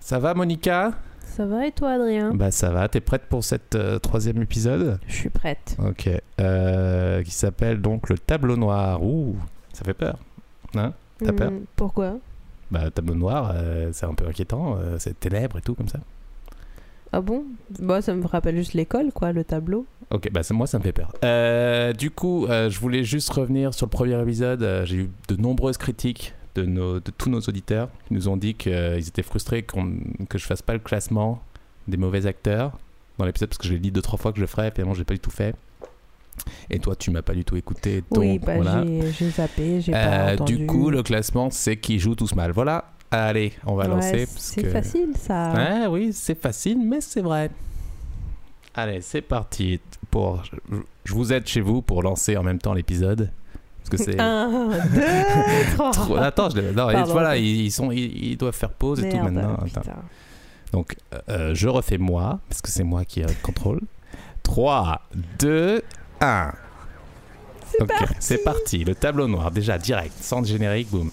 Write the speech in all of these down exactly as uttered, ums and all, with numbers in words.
Ça va Monica? Ça va et toi Adrien? Bah ça va, t'es prête pour cet euh, troisième épisode? Je suis prête. Ok, euh, qui s'appelle donc le tableau noir. Ouh, ça fait peur. Hein? T'as peur? Mmh, pourquoi? Bah tableau noir, euh, c'est un peu inquiétant, euh, c'est ténèbres et tout comme ça. Ah bon? Bah ça me rappelle juste l'école quoi, le tableau. Ok, bah c'est, moi ça me fait peur. Euh, du coup, euh, je voulais juste revenir sur le premier épisode. Euh, j'ai eu de nombreuses critiques de, nos, de tous nos auditeurs qui nous ont dit qu'ils euh, étaient frustrés qu'on, que je fasse pas le classement des mauvais acteurs dans l'épisode parce que je l'ai dit deux trois fois que je le ferais et finalement j'ai pas du tout fait. Et toi tu m'as pas du tout écouté. Donc, oui, bah voilà. j'ai, j'ai zappé, j'ai pas Euh, entendu. du coup, le classement c'est qui joue tous mal. Voilà. Allez, on va ouais, lancer. Parce c'est que... facile ça. Ouais, oui, c'est facile, mais c'est vrai. Allez, c'est parti. Pour... Je vous aide chez vous pour lancer en même temps l'épisode. Parce que c'est... Un, deux, trois. Trop... Attends, je... non, Pardon, voilà, okay. ils, sont... ils doivent faire pause et Merde, tout maintenant. putain. Donc, euh, je refais moi, parce que c'est moi qui ai le contrôle. trois, deux, un. C'est Ok, parti. c'est parti. Le tableau noir, déjà, direct, sans générique, boum.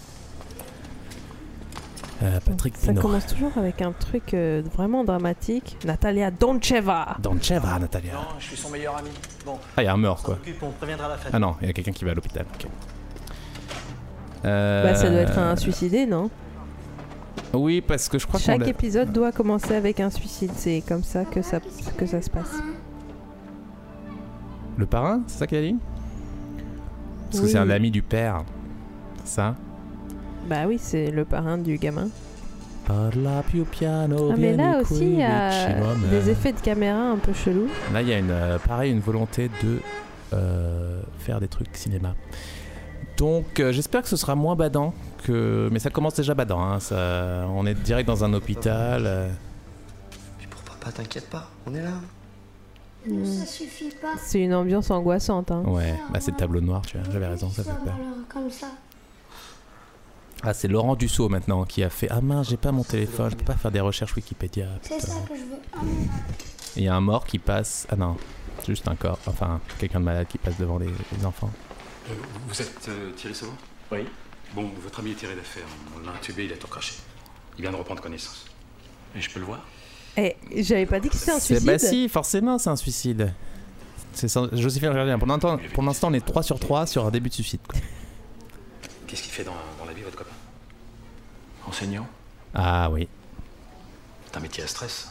Euh, Patrick Ça Pinot. commence toujours avec un truc euh, vraiment dramatique. Natalia Doncheva. Doncheva, Natalia. Non, je suis son meilleur ami. Bon. Ah, il y a un mort, quoi. On préviendra la famille. Ah non, il y a quelqu'un qui va à l'hôpital. Okay. Euh... Bah ça doit être un suicidé, non? Oui, parce que je crois Chaque qu'on l'a... épisode doit commencer avec un suicide. C'est comme ça que ça, que ça se passe. Le parrain, c'est ça qu'il a dit? Parce oui. que c'est un ami du père. C'est ça? Bah oui, c'est le parrain du gamin. Parla più piano, Ah mais là aussi, il y a vicino, des effets de caméra un peu chelous. Là, il y a une, euh, pareil, une volonté de euh, faire des trucs cinéma. Donc, euh, j'espère que ce sera moins badant que... Mais ça commence déjà badant, hein, ça... On est direct dans un hôpital. Euh... Puis pour papa, t'inquiète pas, on est là. Mm. Ça suffit pas. C'est une ambiance angoissante. Hein. Ouais, bah c'est le tableau noir, tu vois, j'avais raison, ça fait peur. Comme ça. Ah, c'est Laurent Dussault maintenant qui a fait « Ah mince, j'ai pas mon téléphone, je peux pas faire des recherches Wikipédia. » C'est ça que je veux. Il y a un mort qui passe... Ah non, c'est juste un corps, enfin, quelqu'un de malade qui passe devant les, les enfants. Euh, vous êtes euh, Thierry Sauvant? Oui. Bon, votre ami est tiré d'affaire. On l'a intubé, il a tout craché. Il vient de reprendre connaissance. Et je peux le voir? Eh, j'avais pas dit que c'était un c'est, suicide. Bah si, forcément c'est un suicide. C'est sans... Joséphine Gardien. Pour l'instant, pour l'instant, on est trois sur trois sur un début de suicide. Quoi. Qu'est-ce qu'il fait dans, dans la vie, votre copain? Enseignant? Ah oui. C'est un métier à stress.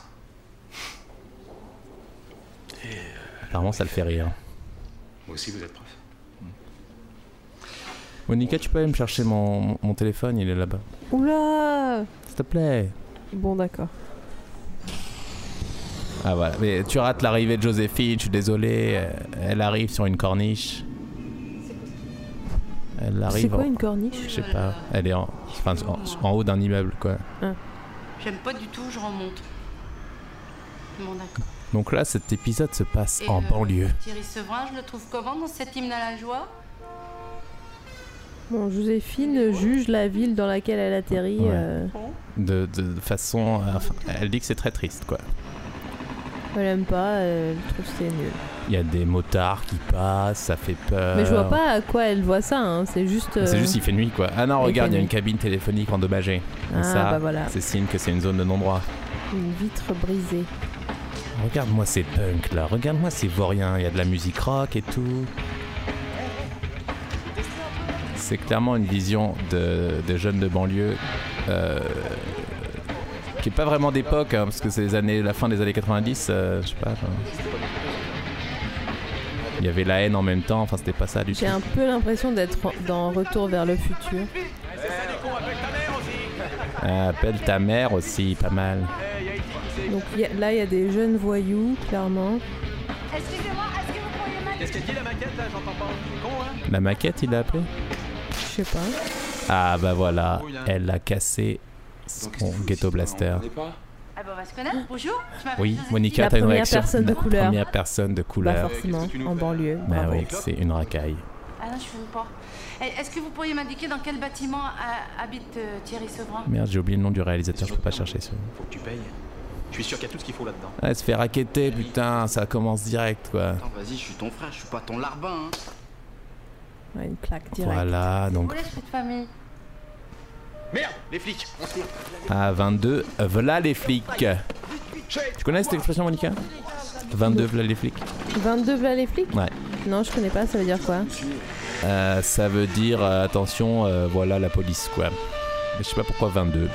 Et euh, apparemment, ça le fait rire. Vous aussi, vous êtes prof? Monica, tu peux aller me chercher mon, mon téléphone, il est là-bas. Oula! S'il te plaît. Bon, d'accord. Ah voilà, mais tu rates l'arrivée de Joséphine, je suis désolé. Elle arrive sur une corniche. Elle arrive. C'est quoi en... une corniche? Je sais pas. Elle est en, enfin, en, en haut d'un immeuble, quoi. Ah. J'aime pas du tout, je remonte. Bon, d'accord. Donc là, cet épisode se passe Et en le banlieue. Thierry Severin, je le trouve comment dans cet hymne à la joie? Bon, Joséphine juge la ville dans laquelle elle atterrit. Ouais. Euh... De, de façon... Enfin, elle dit que c'est très triste, quoi. Elle aime pas, elle trouve que c'est nul. Il y a des motards qui passent, ça fait peur. Mais je vois pas à quoi elle voit ça, hein. C'est juste... Euh... C'est juste il fait nuit, quoi. Ah non, Il regarde, il y a nuit. une cabine téléphonique endommagée. Ah, ça, bah voilà. c'est signe que c'est une zone de non-droit. Une vitre brisée. Regarde-moi ces punks, là. Regarde-moi ces vauriens. Il y a de la musique rock et tout. C'est clairement une vision de, de jeunes de banlieue euh, qui est pas vraiment d'époque, hein, parce que c'est les années, la fin des années quatre-vingt-dix, euh, je sais pas. Genre... Il y avait la haine en même temps, enfin c'était pas ça du tout. J'ai un peu l'impression d'être dans Retour vers le futur. Ah, appelle ta mère aussi, pas mal. Donc y a, là il y a des jeunes voyous, clairement. Excusez-moi, est-ce que vous pourriez m'aider? Qu'est-ce qu'elle dit la maquette là? J'entends pas. C'est con, hein? La maquette, il l'a appelé? Je sais pas. Ah bah voilà, elle a cassé son ghetto blaster. Ah bah on va se connaître, bonjour. Je m'appelle Oui, Joséphine. Monica, La t'as une première réaction. personne de La couleur. Première personne de Bah couleur. forcément, en banlieue. Bah Bravo. oui, c'est une racaille. Ah non, je fume pas. Eh, Est-ce que vous pourriez m'indiquer dans quel bâtiment euh, habite euh, Thierry Severin? Merde, j'ai oublié le nom du réalisateur, je peux pas chercher ça. Faut que tu payes. Je suis sûr qu'il y a tout ce qu'il faut là-dedans. Ah, elle se fait racketter, putain, ça commence direct, quoi. Attends, vas-y, je suis ton frère, je suis pas ton larbin, hein. Ouais, une claque directe. Voilà, Vous donc... voulez l'esprit de famille? Merde, les flics, on tire. Ah, vingt-deux, voilà les flics. Tu connais cette expression, Monica? vingt-deux, voilà les flics. vingt-deux v'là les flics? Ouais. Non, je connais pas, ça veut dire quoi? Euh, ça veut dire, euh, attention, euh, voilà la police, quoi. Mais je sais pas pourquoi vingt-deux.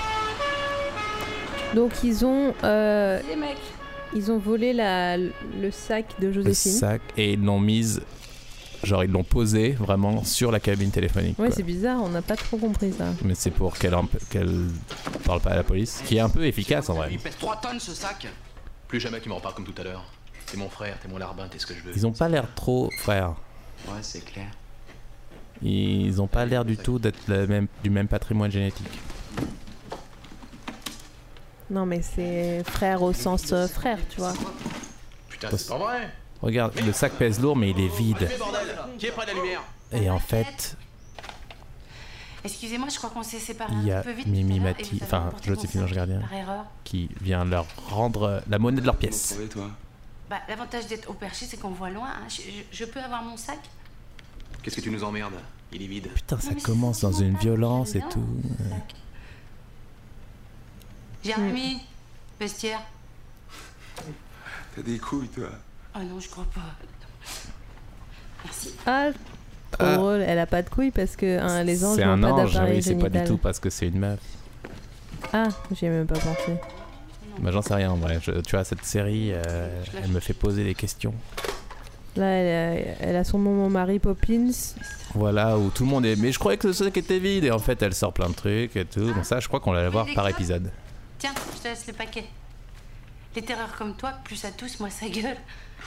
Donc ils ont, euh, Les mecs. ils ont volé la, le sac de Le Joséphine. sac, et ils l'ont mise, genre ils l'ont posé vraiment sur la cabine téléphonique. Ouais, quoi. c'est bizarre, on n'a pas trop compris ça. Mais c'est pour qu'elle, en- qu'elle parle pas à la police, qui est un peu efficace en vrai. Il pèse trois tonnes ce sac. Plus jamais qu'il m'en reparle comme tout à l'heure. T'es mon frère, t'es mon larbin, t'es ce que je veux. Ils ont pas l'air trop frères. Ouais, c'est clair. Ils ont pas l'air du tout d'être le même, du même patrimoine génétique. Non, mais c'est frère au sens euh, frère, tu vois. Putain, c'est pas vrai. Regarde, le sac pèse lourd mais il est vide. Mais bordel, qui est près de la lumière? Et en fait, Excusez-moi, je crois qu'on s'est séparés il y un a peu vite. Mimi tout à l'heure, et Mati, vous avez enfin emporté mon Joséphine sac Ange Gardien, Par erreur. qui vient leur rendre la monnaie de leur pièce. Trouvé, toi. Bah, l'avantage d'être au perché, c'est qu'on voit loin. hein. Je, je- je peux avoir mon sac? Qu'est-ce que tu nous emmerdes? Il est vide. Putain, ça Non, mais c'est commence dans franchement une pas violence et évident, tout. ce sac. Jérémy, vestiaire. T'as des couilles, toi. Oh non, je crois pas. Merci. Ah, trop Ah. drôle, elle a pas de couilles parce que hein, les anges C'est n'ont un pas ange, d'appareil oui, c'est pas du génital. tout parce que c'est une meuf. Ah, j'y ai même pas pensé. Bah, j'en sais rien en vrai. Je- tu vois, cette série, euh, elle me fait poser des questions. Là, elle a, elle a son moment Mary Poppins. Voilà, où tout le monde est. Mais je croyais que ce sac était vide et en fait, elle sort plein de trucs et tout. Bon, ça, je crois qu'on va la voir par épisode. Tiens, je te laisse le paquet. Les terreurs comme toi, plus à tous, moi ça gueule.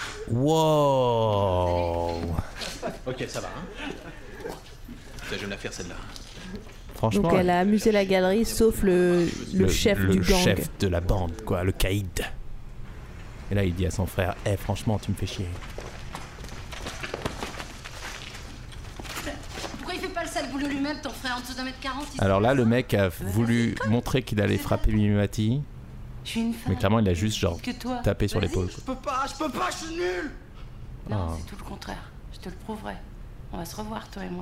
Wow! Ok, ça va, hein. Ça, je vais me la faire celle-là. Franchement, Donc elle a amusé la galerie, sauf le, le, chef le du gang. chef de la bande, quoi, le caïd. Et là, il dit à son frère, eh, franchement, tu me fais chier. Pourquoi il fait pas le sale boulot lui-même, ton frère, en dessous d'un mètre quarante? il- Alors là, le mec a voulu montrer qu'il allait frapper Mimi Mati, Je suis une femme. mais clairement, il a juste genre que toi. tapé sur Vas-y. l'épaule. Je peux pas, je peux pas, je suis nul. Non, Ah. c'est tout le contraire. Je te le prouverai. On va se revoir, toi et moi.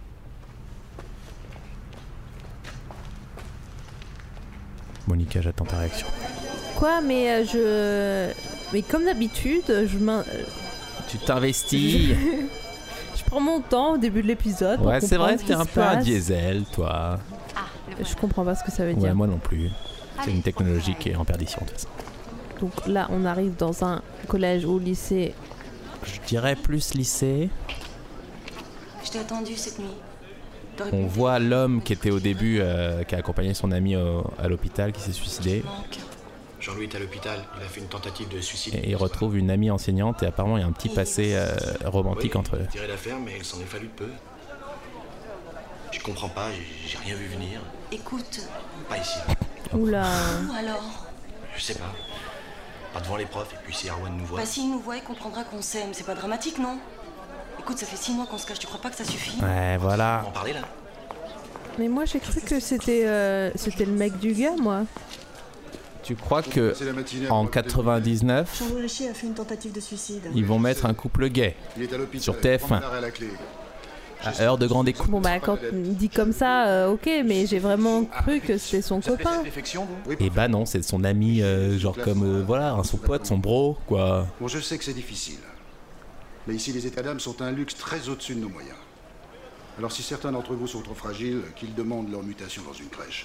Monica, j'attends ta réaction. Quoi, mais euh, je. Mais comme d'habitude, je, m'in- Tu t'investis. je prends mon temps au début de l'épisode. pour Ouais, c'est vrai, comprendre ce t'es qui un se peu un passe. diesel, toi. Ah, le Je voilà. comprends pas ce que ça veut Ouais, dire. moi non plus. C'est Allez, une technologie on va. qui est en perdition, de toute façon. Donc là, on arrive dans un collège ou lycée. Je dirais plus lycée. Je t'ai attendu cette nuit. T'aurais On pu voit l'homme qui était au début, euh, qui a accompagné son ami au- à l'hôpital, qui s'est suicidé. manquer. Jean-Louis est à l'hôpital. Il a fait une tentative de suicide. Et il retrouve une amie enseignante et apparemment il y a un petit passé euh, romantique Oui, entre eux. il a tiré l'affaire, mais il s'en est fallu de peu. Je comprends pas, j'ai- j'ai rien vu venir. Écoute, Pas ici. Oula. ou alors, Je sais pas. Pas devant les profs, et puis si Erwan nous voit. bah s'il nous voit, il comprendra qu'on s'aime. C'est pas dramatique, non? Écoute, ça fait six mois qu'on se cache. Tu crois pas que ça suffit? Ouais, voilà. On en parler là? Mais moi, j'ai cru que c'était euh, c'était le mec du gars, moi. Tu crois que en quatre-vingt-dix-neuf, Jean-Louis Richer a fait une tentative de suicide. ils vont mettre un couple gay Il est à l'hôpital. sur T F un Prends l'arrêt à la clé. à heure de grande écoute? Bon, bah, quand dit comme ça, euh, ok, mais j'ai vraiment cru que c'était son copain. Réflexion, vous? Oui, Et bah non, c'est son ami, euh, genre comme euh, voilà, hein, son pote, son bro, quoi. Bon, je sais que c'est difficile. Mais ici, les états d'âme sont un luxe très au-dessus de nos moyens. Alors, si certains d'entre vous sont trop fragiles, qu'ils demandent leur mutation dans une crèche.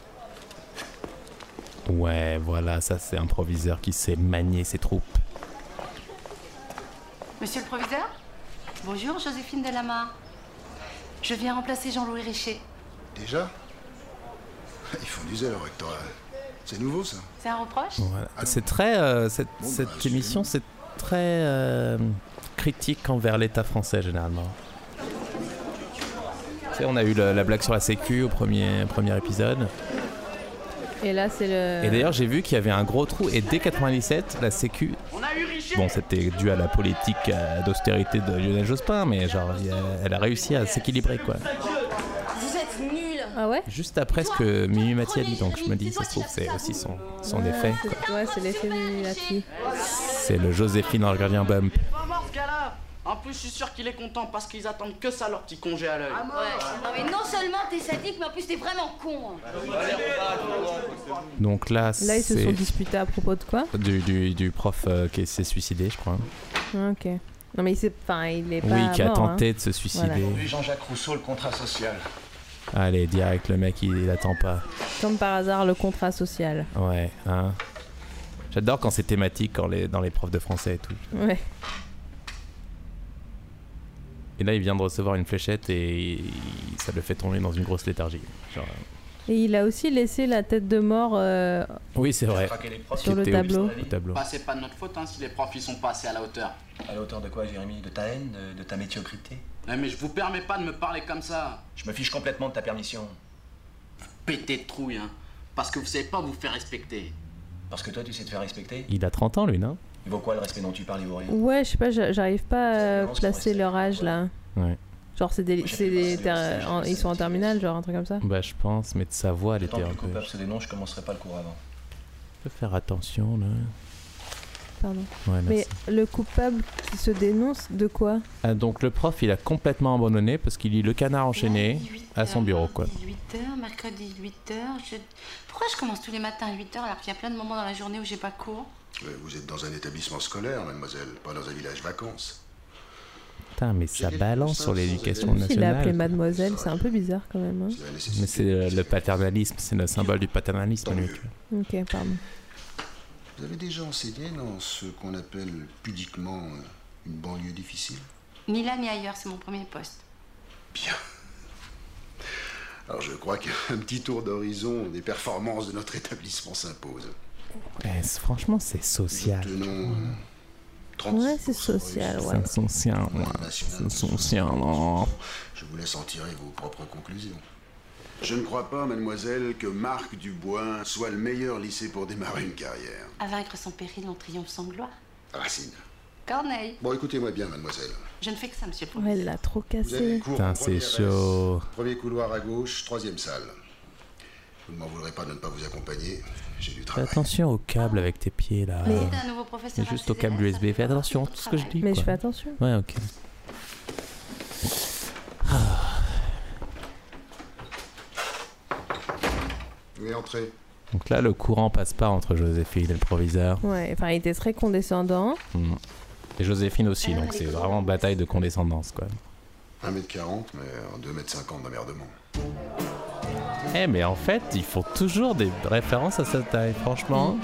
Ouais, voilà, ça c'est un proviseur qui sait manier ses troupes. Monsieur le proviseur? Bonjour, Joséphine Delamare. Je viens remplacer Jean-Louis Richer. Déjà? Ils font du zèle au rectorat. C'est nouveau, ça? C'est un reproche? Voilà. C'est très, euh, cette, Bon, bah, cette c'est émission, c'est très euh, critique envers l'État français généralement. Tu sais, on a eu la, la blague sur la Sécu au premier, premier épisode. Et là, c'est le. Et d'ailleurs, j'ai vu qu'il y avait un gros trou. Et dès quatre-vingt-dix-sept, la Sécu. Bon, c'était dû à la politique euh, d'austérité de Lionel Jospin, mais genre, il y a- elle a réussi à s'équilibrer, quoi. Vous êtes nuls. Ah ouais? Juste après ce que Mimi Mati a dit, donc je me dis, ça se trouve, c'est aussi son, son effet, quoi. Ouais, c'est l'effet Mimimati. C'est le Joséphine Ange Gardien Bump. Pas mort ce gars-là. En plus, je suis sûr qu'il est content parce qu'ils attendent que ça, leur petit congé à l'œil. Ah, ouais. Non, mais non seulement t'es sadique, mais en plus t'es vraiment con. Donc là, Là, ils se c'est sont disputés à propos de quoi? du, du, du prof euh, qui s'est suicidé, je crois. Ah, ok. Non, mais il, s'est... enfin, il est pas Oui, qui a mort, tenté hein. de se suicider. Voilà. Lui, Jean-Jacques Rousseau, le contrat social. Allez, direct, le mec, il, il attend pas. Comme par hasard, le contrat social. Ouais, hein. J'adore quand c'est thématique quand les, dans les profs de français et tout. Ouais. Et là, il vient de recevoir une fléchette et il- ça le fait tomber dans une grosse léthargie. Genre, euh, Et il a aussi laissé la tête de mort euh, Oui, c'est vrai. Traquer les profs. sur le Qui était au- tableau. au tableau. Bah, c'est pas de notre faute hein, si les profs ils sont pas assez à la hauteur. À la hauteur de quoi, Jérémy? De ta haine, de, de ta médiocrité? Ouais, mais je vous permets pas de me parler comme ça. Je me fiche complètement de ta permission. Pétez de trouille, hein. Parce que vous savez pas vous faire respecter. Parce que toi, tu sais te faire respecter. Il a trente ans, lui, non? Il vaut quoi le respect dont tu parles, il vaut rien. Ouais, je sais pas, j'a- j'arrive pas à Non, c'est placer pas leur âge là. Ouais. Genre, c'est des, Moi, c'est j'ai des pas- ter- j'ai en- pas- ils sont en terminale, genre un truc comme ça. Bah, je pense, mais de sa voix, elle Tant était que un le peu... coupable se dénonce, je commencerai pas le cours avant. Faut faire attention, là. Pardon. Ouais, Mais merci. le coupable qui se dénonce de quoi? Ah, donc, le prof, il a complètement abandonné parce qu'il lit Le Canard enchaîné à son bureau, quoi. huit heures, mercredi huit heures. Je... Pourquoi je commence tous les matins à huit heures alors qu'il y a plein de moments dans la journée où j'ai pas cours? Euh, Vous êtes dans un établissement scolaire, mademoiselle, pas dans un village vacances. Putain, mais ça balance sur l'éducation Il a appelé nationale. mademoiselle, c'est un peu bizarre quand même. Hein. C'est la nécessité. Mais c'est le, le paternalisme, c'est le symbole du paternalisme, Tant lui. mieux. tu vois. Ok, pardon. Vous avez déjà enseigné dans ce qu'on appelle pudiquement euh, une banlieue difficile? Ni là ni ailleurs, c'est mon premier poste. Bien. Alors je crois qu'un petit tour d'horizon des performances de notre établissement s'impose. Eh, c'est- franchement, c'est social. Nous tenons euh, trente-six Ouais, c'est pour cent social, réussite. ouais. C'est social, ouais. C'est social, non. Je vous laisse en tirer vos propres conclusions. Je ne crois pas, mademoiselle, que Marc Dubois soit le meilleur lycée pour démarrer une carrière. À vaincre sans péril, on triomphe sans gloire. Racine. Corneille. Bon, écoutez-moi bien, mademoiselle. Je ne fais que ça, monsieur le Ouais, professeur. elle l'a trop Vous avez cassé. cours Putain, en c'est première S, chaud. Premier couloir à gauche, troisième salle. Vous ne m'en voudrez pas de ne pas vous accompagner. J'ai du Fais travail. attention au câble avec tes pieds, là. Mais- C'était un nouveau professeur. C'est juste à au câble C D S, U S B. ça fait Fais attention à beaucoup tout de ce que je travail. dis, Mais quoi. je fais attention. Ouais, ok. Oui, entrez. Donc là, le courant passe pas entre Joséphine et le proviseur. Ouais, enfin, il était très condescendant. Hmm. Et Joséphine aussi, donc c'est vraiment bataille de condescendance, quoi. un mètre quarante, mais en deux mètres cinquante d'emmerdement. Eh, mais en fait, ils font toujours des références à sa taille, franchement.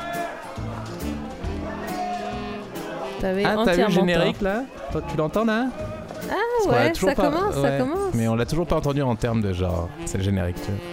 T'avais Ah, t'as vu entièrement le générique, tort. là? Toi, tu l'entends, là? Ah Parce qu'on l'a ouais, toujours ça pas- commence, ça ouais, commence. Mais on l'a toujours pas entendu en termes de genre. C'est le générique, tu vois.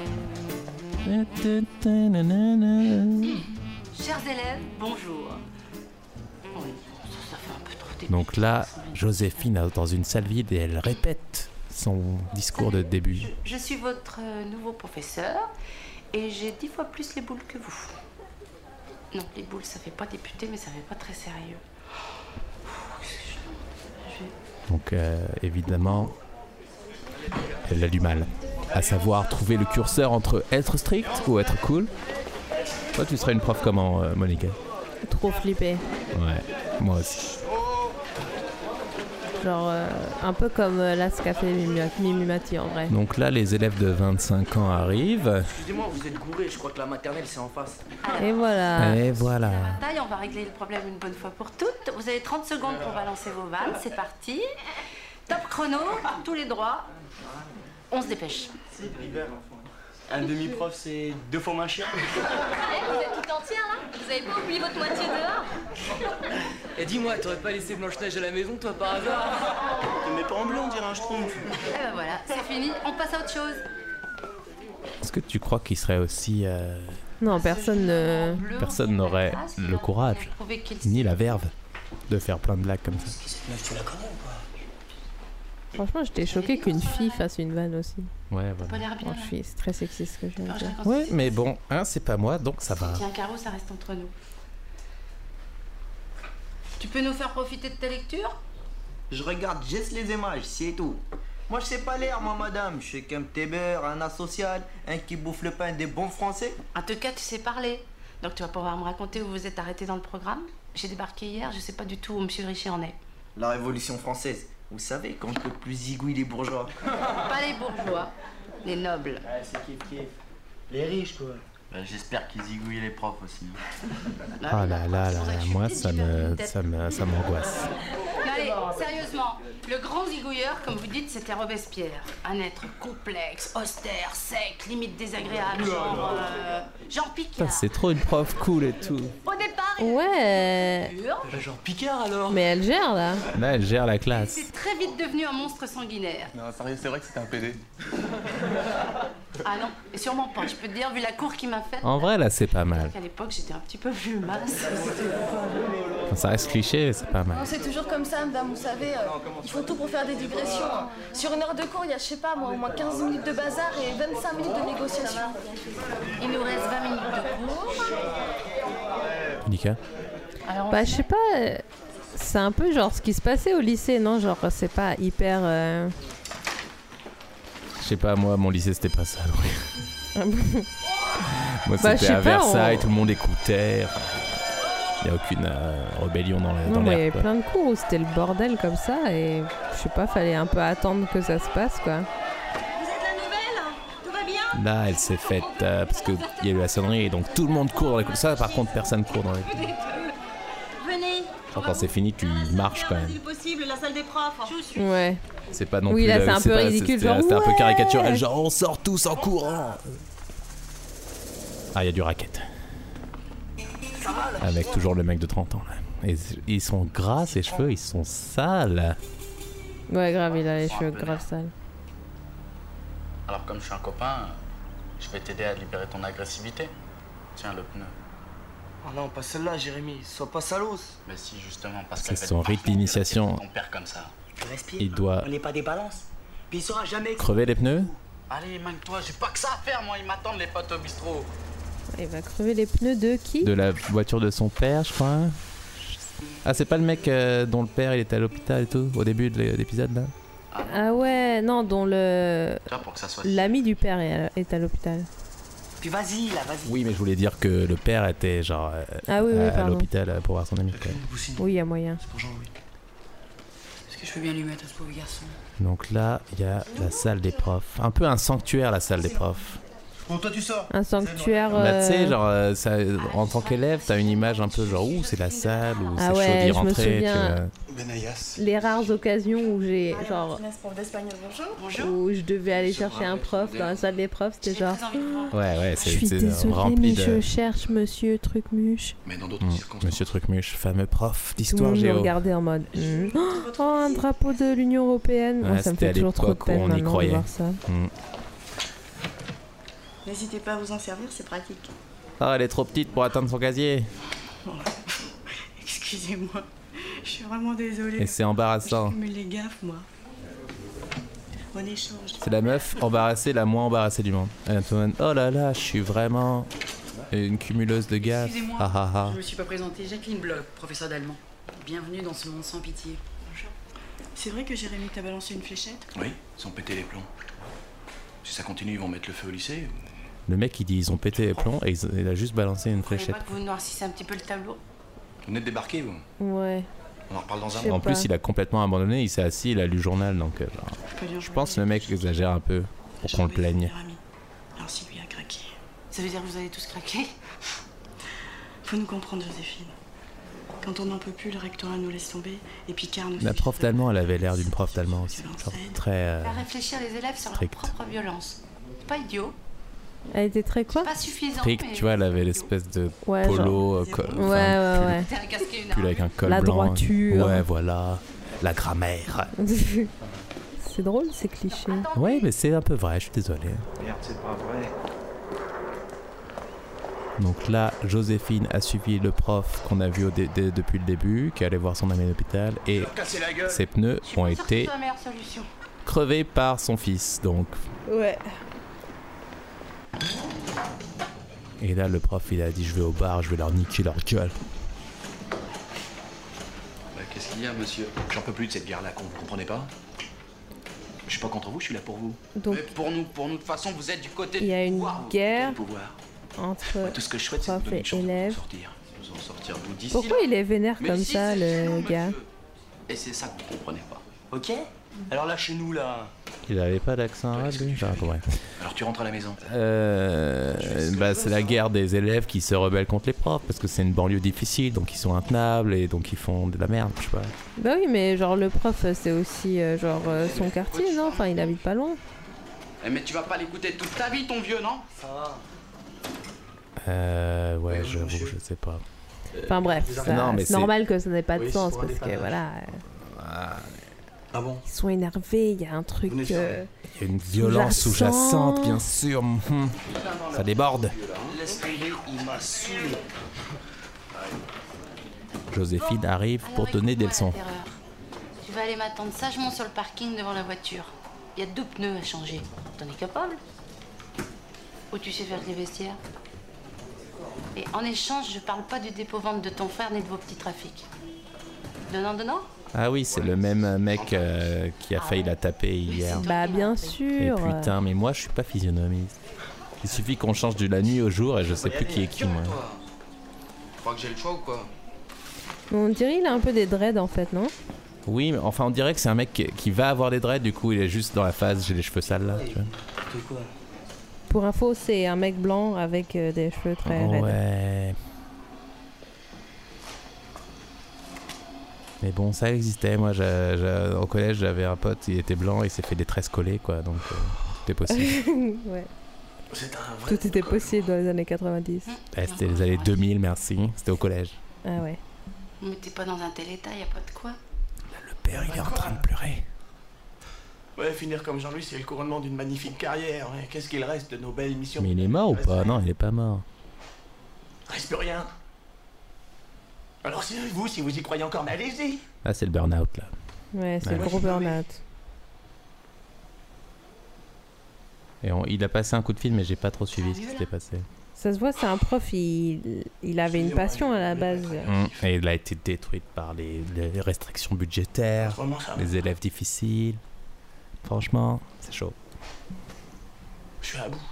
Chers élèves, bonjour. Oui, ça, ça fait un peu trop début. Donc là, Joséphine est dans une salle vide et elle répète son discours de début. Je, je suis votre euh, nouveau professeur et j'ai dix fois plus les boules que vous. Non, les boules, ça fait pas député, mais ça fait pas très sérieux. Je vais- Donc euh, évidemment, elle a du mal à savoir trouver le curseur entre être strict ou être cool. Toi, tu serais une prof comment, euh, Monica? Trop flippé. Ouais, moi aussi. Genre, euh, un peu comme euh, là ce qu'a fait Mimi Mimi Mati en vrai. Donc là, les élèves de vingt-cinq ans arrivent. Excusez-moi, vous êtes gouré, je crois que la maternelle c'est en face. Et voilà. Et voilà. Taille, on va régler le problème une bonne fois pour toutes. Vous avez trente secondes pour balancer vos vannes, c'est parti. Top chrono, tous les droits. On se dépêche. Un demi-prof c'est deux fois moins cher. Vous êtes tout entière là? Vous avez pas oublié votre moitié dehors? Et dis-moi, t'aurais pas laissé Blanche-Neige à la maison toi par hasard? Tu me mets pas en bleu, on dirait un schtroumpf. Et ben voilà, c'est fini, on passe à autre chose. Est-ce que tu crois qu'il serait aussi... euh, Non, personne ne... Personne n'aurait le courage, ni la verve, de faire plein de blagues comme ça. Cette meuf, tu la connais ou pas? Franchement, j'étais choquée qu'une fille fasse une vanne aussi. Ouais, Pas voilà. l'air bien. Bon, je suis c'est très sexiste ce que je viens de dire. Ouais, mais bon, hein, c'est pas moi, donc ça va. Tiens, Caro, ça reste entre nous. Tu peux nous faire profiter de ta lecture? Je regarde juste les images, c'est tout. Moi, je sais pas lire, moi, madame. Je sais qu'un tébert, un asocial, un qui bouffe le pain des bons français. En tout cas, tu sais parler. Donc tu vas pouvoir me raconter où vous êtes arrêté dans le programme. J'ai débarqué hier, je sais pas du tout où monsieur Richer en est. La Révolution française. Vous savez, quand on peut plus zigouiller les bourgeois. Pas les bourgeois, les nobles. Ouais, c'est kiff kiff. Les riches, quoi. Bah, j'espère qu'ils zigouillent les profs aussi. Ah là là là, moi ça me, ça me, ça m'angoisse. Mais allez, sérieusement, le grand zigouilleur, comme vous dites, c'était Robespierre. Un être complexe, austère, sec, limite désagréable, genre... Euh, genre Putain, Picard. c'est trop une prof cool et tout. Au départ, Ouais. Bah, genre Picard alors. Mais elle gère là. Là, elle gère la classe. c'est très vite devenu un monstre sanguinaire. Non, sérieux, c'est vrai que c'était un P D. Ah non, et sûrement pas. Je peux te dire, vu la cour qu'il m'a faite... En vrai, là, c'est pas mal. À l'époque, j'étais un petit peu plus mince. Enfin, ça reste cliché, c'est pas mal. Non, c'est toujours comme ça, madame, vous savez, euh, ils font tout pour faire des digressions. hein. Sur une heure de cours, il y a, je sais pas moi, au moins quinze minutes de bazar et vingt-cinq minutes de négociation. Il nous reste vingt minutes de cours. Nika. Alors, Bah, je sais pas. euh, C'est un peu genre ce qui se passait au lycée, non? Genre, c'est pas hyper. euh, Je sais pas, moi, mon lycée, c'était pas ça. donc. Moi, Bah, je c'était sais à pas, Versailles, on- tout le monde écoutait. Il n'y a aucune euh, rébellion dans la- Non, dans mais il y l'air. avait quoi. plein de cours où c'était le bordel comme ça et je sais pas, fallait un peu attendre que ça se passe quoi. Vous êtes la nouvelle? Tout va bien? Là, elle s'est faite euh, parce qu'il y a eu la sonnerie et donc tout le monde court dans les cours. Ça, par contre, personne court dans les cours. Venez. Genre, quand c'est fini, tu marches quand même. C'est possible, la salle des profs. Je suis. Ouais. C'est pas non Oui, plus. là, le- c'est un peu pas- ridicule, c'était- genre, C'était un peu ouais. caricatural, genre on sort tous en courant. Ah, il y a du racket. Avec toujours le mec de trente ans là. Et ils sont gras, ses cheveux, ils sont sales. Ouais, grave, il a les cheveux grave sales. Alors comme je suis un copain, je vais t'aider à libérer ton agressivité. Tiens le pneu. Oh non, pas celle-là, Jérémy. Sois pas salos. Mais si justement parce C'est qu'elle va son être rite parfaite, d'initiation. ton père comme ça. Respire. Il doit On n'est pas des balances. Puis il saura jamais. crever les pneus. Allez, manque-toi, j'ai pas que ça à faire, moi, ils m'attendent les potes au bistrot. Il va crever les pneus de qui? De la voiture de son père, je crois. Ah, c'est pas le mec euh, dont le père il était à l'hôpital et tout, au début de l'épisode là? Ah ouais, non, dont le. Tu vois, pour que ça soit... L'ami du père est à, est à l'hôpital. Puis vas-y, là, vas-y. Oui, mais je voulais dire que le père était genre euh, Ah oui, oui, à, à pardon. l'hôpital euh, pour voir son ami. quoi. Oui, il y a moyen. C'est pour Jean-Louis. Est-ce que je peux bien lui mettre à ce pauvre garçon? Donc là, il y a la salle des profs. Un peu un sanctuaire, la salle des profs. Bon, toi, tu sors. Un sanctuaire. Bah, tu sais, euh, genre, euh, ça, en tant qu'élève, t'as une image un peu genre, ouh, c'est la salle, où Ah c'est ouais, chaud d'y je me rentrer. tu souviens. vois. Benayas. Les rares occasions où j'ai genre prof d'espagnol, bonjour. Bonjour. où je devais aller chercher un prof dans la salle des profs, c'était genre. Ouais, ouais, Je c'est suis c'est désolée, rempli mais de. je cherche Monsieur Trucmuche. Mais dans d'autres Hum, circonstances. Monsieur Trucmuche, fameux prof Tout le d'histoire monde me géo. regardait en mode hmm. Oh, un drapeau de l'Union Européenne. Ouais, Moi, ça me c'était fait à toujours trop de l'époque où peine on y maintenant de croyait. voir ça. Hum. N'hésitez pas à vous en servir, c'est pratique. Ah, elle est trop petite pour atteindre son casier. Excusez-moi, je suis vraiment désolée. Et c'est embarrassant. Je cumule les gaffes, moi. Bon échange. C'est la meuf embarrassée, la moins embarrassée du monde. Antoine, oh là là, je suis vraiment une cumuleuse de gaffes. Excusez-moi, Ah ah ah. je me suis pas présentée. Jacqueline Bloch, professeure d'allemand. Bienvenue dans ce monde sans pitié. Bonjour. C'est vrai que Jérémy t'a balancé une fléchette? Oui, sans péter les plombs. Si ça continue, ils vont mettre le feu au lycée. ou- Le mec il dit ils ont pété les plombs et ils- il a juste balancé une Vous croyez fléchette. pas que vous noircissez un petit peu le tableau? Vous venez de débarquer, vous. Ouais. On en reparle dans un Je sais mois. En plus, il a complètement abandonné, il s'est assis, il a lu le journal donc. euh, genre, je pense que le mec exagère un peu pour qu'on le plaigne. Alors si lui a craqué. Ça veut dire que vous allez tous craquer? Faut nous comprendre, Joséphine. Quand on n'en peut plus, le rectorat nous laisse tomber et Picard nous La suffit. prof d'allemand, elle avait l'air d'une prof d'allemand aussi. Genre très. euh, Faire réfléchir les élèves sur leur strict. propre violence. Pas idiot, Elle était très quoi? pas suffisant, Strict, mais... tu vois, elle avait l'espèce de Ouais, polo, euh, col- Ouais, enfin, ouais, pull- ouais. T'es un casqué, une pull avec un col La blanc. droiture. Ouais, voilà. La grammaire. C'est drôle ces clichés. Ouais, mais c'est un peu vrai, je suis désolé. Merde, c'est pas vrai. Donc là, Joséphine a suivi le prof qu'on a vu au dé- dé- depuis le début, qui allait voir son ami à l'hôpital, et Casser la gueule. ses pneus Je suis ont pas sûre que ce été soit la meilleure solution. crevés par son fils. Donc, Ouais. et là, le prof, il a dit, je vais au bar, je vais leur niquer leur gueule. Bah, Qu'est-ce qu'il y a, monsieur? J'en peux plus de cette guerre-là, con, vous comprenez pas? Je suis pas contre vous, je suis là pour vous. Donc Mais pour nous, pour nous, de toute façon, vous êtes du côté il y a du une pouvoir. vous. guerre Le pouvoir. entre Tout ce que je souhaite, c'est de vous prof donner et une chance de vous en élève. sortir. Vous en sortir d'où d'ici Pourquoi là. il est vénère Mais comme ici, ça, c'est le chez nous, gars? monsieur. Et c'est ça que vous comprenez pas. Ok. Alors là, chez nous, là... Il avait pas d'accent arabe, lui? J'ai rien compris. Alors tu rentres à la maison. Euh, bah, c'est la guerre des élèves qui se rebellent contre les profs parce que c'est une banlieue difficile, donc ils sont intenables et donc ils font de la merde, je sais pas. Bah oui, mais genre le prof, c'est aussi euh, genre euh, son quartier, non? Enfin, il habite pas loin. Eh, mais tu vas pas l'écouter toute ta vie, ton vieux, non? Ça va. Euh, ouais, j'avoue, je sais pas. Enfin bref, ça, non, mais c'est normal que ça n'ait pas de Oui, sens c'est pour un parce que dépannage. voilà, Ah, Ah bon? ils sont énervés, il y a un truc. Vous n'êtes euh, il y a une violence Sous-jacent. sous-jacente, bien sûr. Mhm. Ça déborde. Laisse tomber, il m'a saoulé. Joséphine arrive Alors, pour donner des écoute-moi, leçons. la terreur. Tu vas aller m'attendre sagement sur le parking devant la voiture. Il y a deux pneus à changer. T'en es capable? Ou tu sais faire les vestiaires? Et en échange, je parle pas du dépôt-vente de ton frère ni de vos petits trafics. Donnant, donnant? Ah oui, c'est le même mec euh, qui a failli la taper hier. Bah bien Et sûr. putain, mais moi je suis pas physionomiste. Il suffit qu'on change de la nuit au jour et je sais plus qui est qui, moi. Tu crois que j'ai le choix ou quoi? On dirait il a un peu des dreads en fait, non? Oui, mais enfin on dirait que c'est un mec qui, qui va avoir des dreads, du coup il est juste dans la phase j'ai les cheveux sales là, tu vois. De quoi? Pour info, c'est un mec blanc avec euh, des cheveux très raides. Ouais. Mais bon, ça existait. Moi, j'ai- j'ai- au collège, j'avais un pote, il était blanc, il s'est fait des tresses collées, quoi. Donc, euh, c'était possible. Ouais. C'est un vrai... Tout était possible dans les années quatre-vingt-dix. Ouais, c'était les années deux mille, merci. C'était au collège. Ah ouais. Mais t'es pas dans un tel état, y a pas de quoi. Le père, il est en train de pleurer. Ouais, finir comme Jean-Louis, c'est le couronnement d'une magnifique carrière. Ouais. Qu'est-ce qu'il reste de nos belles missions? Mais il est mort ou pas? Non, il est pas mort. Reste plus rien. Alors si vous, si vous y croyez encore, mais allez-y. Ah, c'est le burn-out, là. Ouais, c'est Ouais. le gros burn-out. Et on- il a passé un coup de fil, mais j'ai pas trop suivi ce qui s'était passé. Ça se voit, c'est un prof, il, il avait une passion à la base. Mmh. Et il a été détruit par les, les restrictions budgétaires, Vraiment, ça va. les élèves difficiles. Franchement, c'est chaud. Je suis à bout.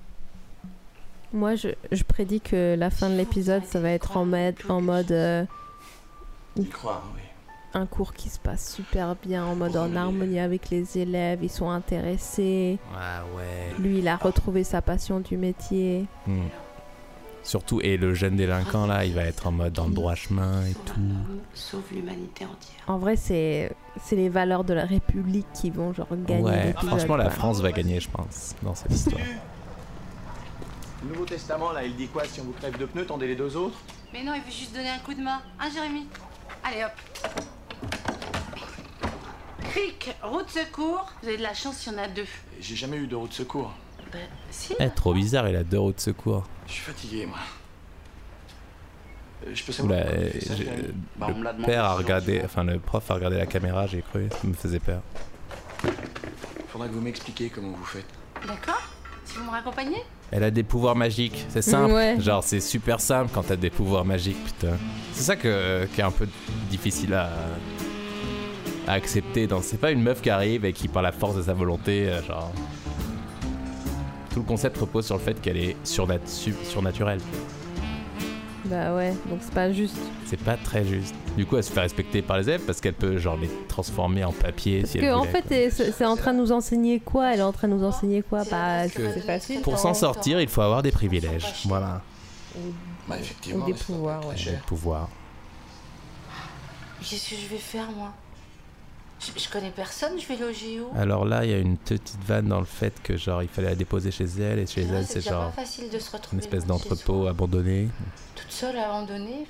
Moi, je, je prédis que la fin de l'épisode, ça va être en mode, en mode euh, Y croire, oui. un cours qui se passe super bien, en mode en harmonie avec les élèves, ils sont intéressés. Ah ouais. Lui, il a retrouvé sa passion du métier. Hmm. Surtout, et le jeune délinquant là, il va être en mode dans le droit chemin et tout. Sauve l'humanité entière. En vrai, c'est c'est les valeurs de la République qui vont genre gagner Ouais, l'épisode, franchement, la quoi. France va gagner, je pense, dans cette histoire. Le Nouveau Testament, là, il dit quoi? Si on vous crève de pneus, tendez les deux autres. Mais non, il veut juste donner un coup de main. Hein, Jérémy? Allez, hop. Cric, roue de secours. Vous avez de la chance, il y en a deux. J'ai jamais eu de roue de secours. Bah, si. Eh, trop bizarre, il a deux roues de secours. Je suis fatigué, moi. Euh, Je peux Oula, savoir. euh, pourquoi tu fais ça, j'ai- Jérémy Bah, on me l'a le demandé père a plusieurs regardé, fois. enfin le prof a regardé la caméra, j'ai cru, ça me faisait peur. Faudra que vous m'expliquiez comment vous faites. D'accord? Si vous me raccompagnez? Elle a des pouvoirs magiques, c'est simple. Ouais. Genre, c'est super simple quand t'as des pouvoirs magiques, putain. C'est ça que, qui est un peu difficile à, à accepter. dans- C'est pas une meuf qui arrive et qui, par la force de sa volonté, euh, genre. Tout le concept repose sur le fait qu'elle est surnat- su- surnaturelle. Bah ouais, donc c'est pas juste. C'est pas très juste. Du coup, elle se fait respecter par les élèves parce qu'elle peut, genre, les transformer en papier Parce si que elle en voulait, fait, quoi. et c'est c'est en train de nous enseigner quoi? Elle est en train de nous enseigner quoi? Bah, Que- c'est facile. Pour s'en sortir, il faut avoir des privilèges. Voilà. Bah, effectivement. Ou des c'est pas pouvoirs, très ouais. cher. Des pouvoirs. Qu'est-ce que je vais faire, moi? je, je connais personne, je vais loger où? Alors là, il y a une petite vanne dans le fait que, genre, il fallait la déposer chez elle et chez Ouais, elle, c'est c'est déjà genre pas facile de se une retrouver espèce loin de chez d'entrepôt abandonné. Toute seule, abandonnée,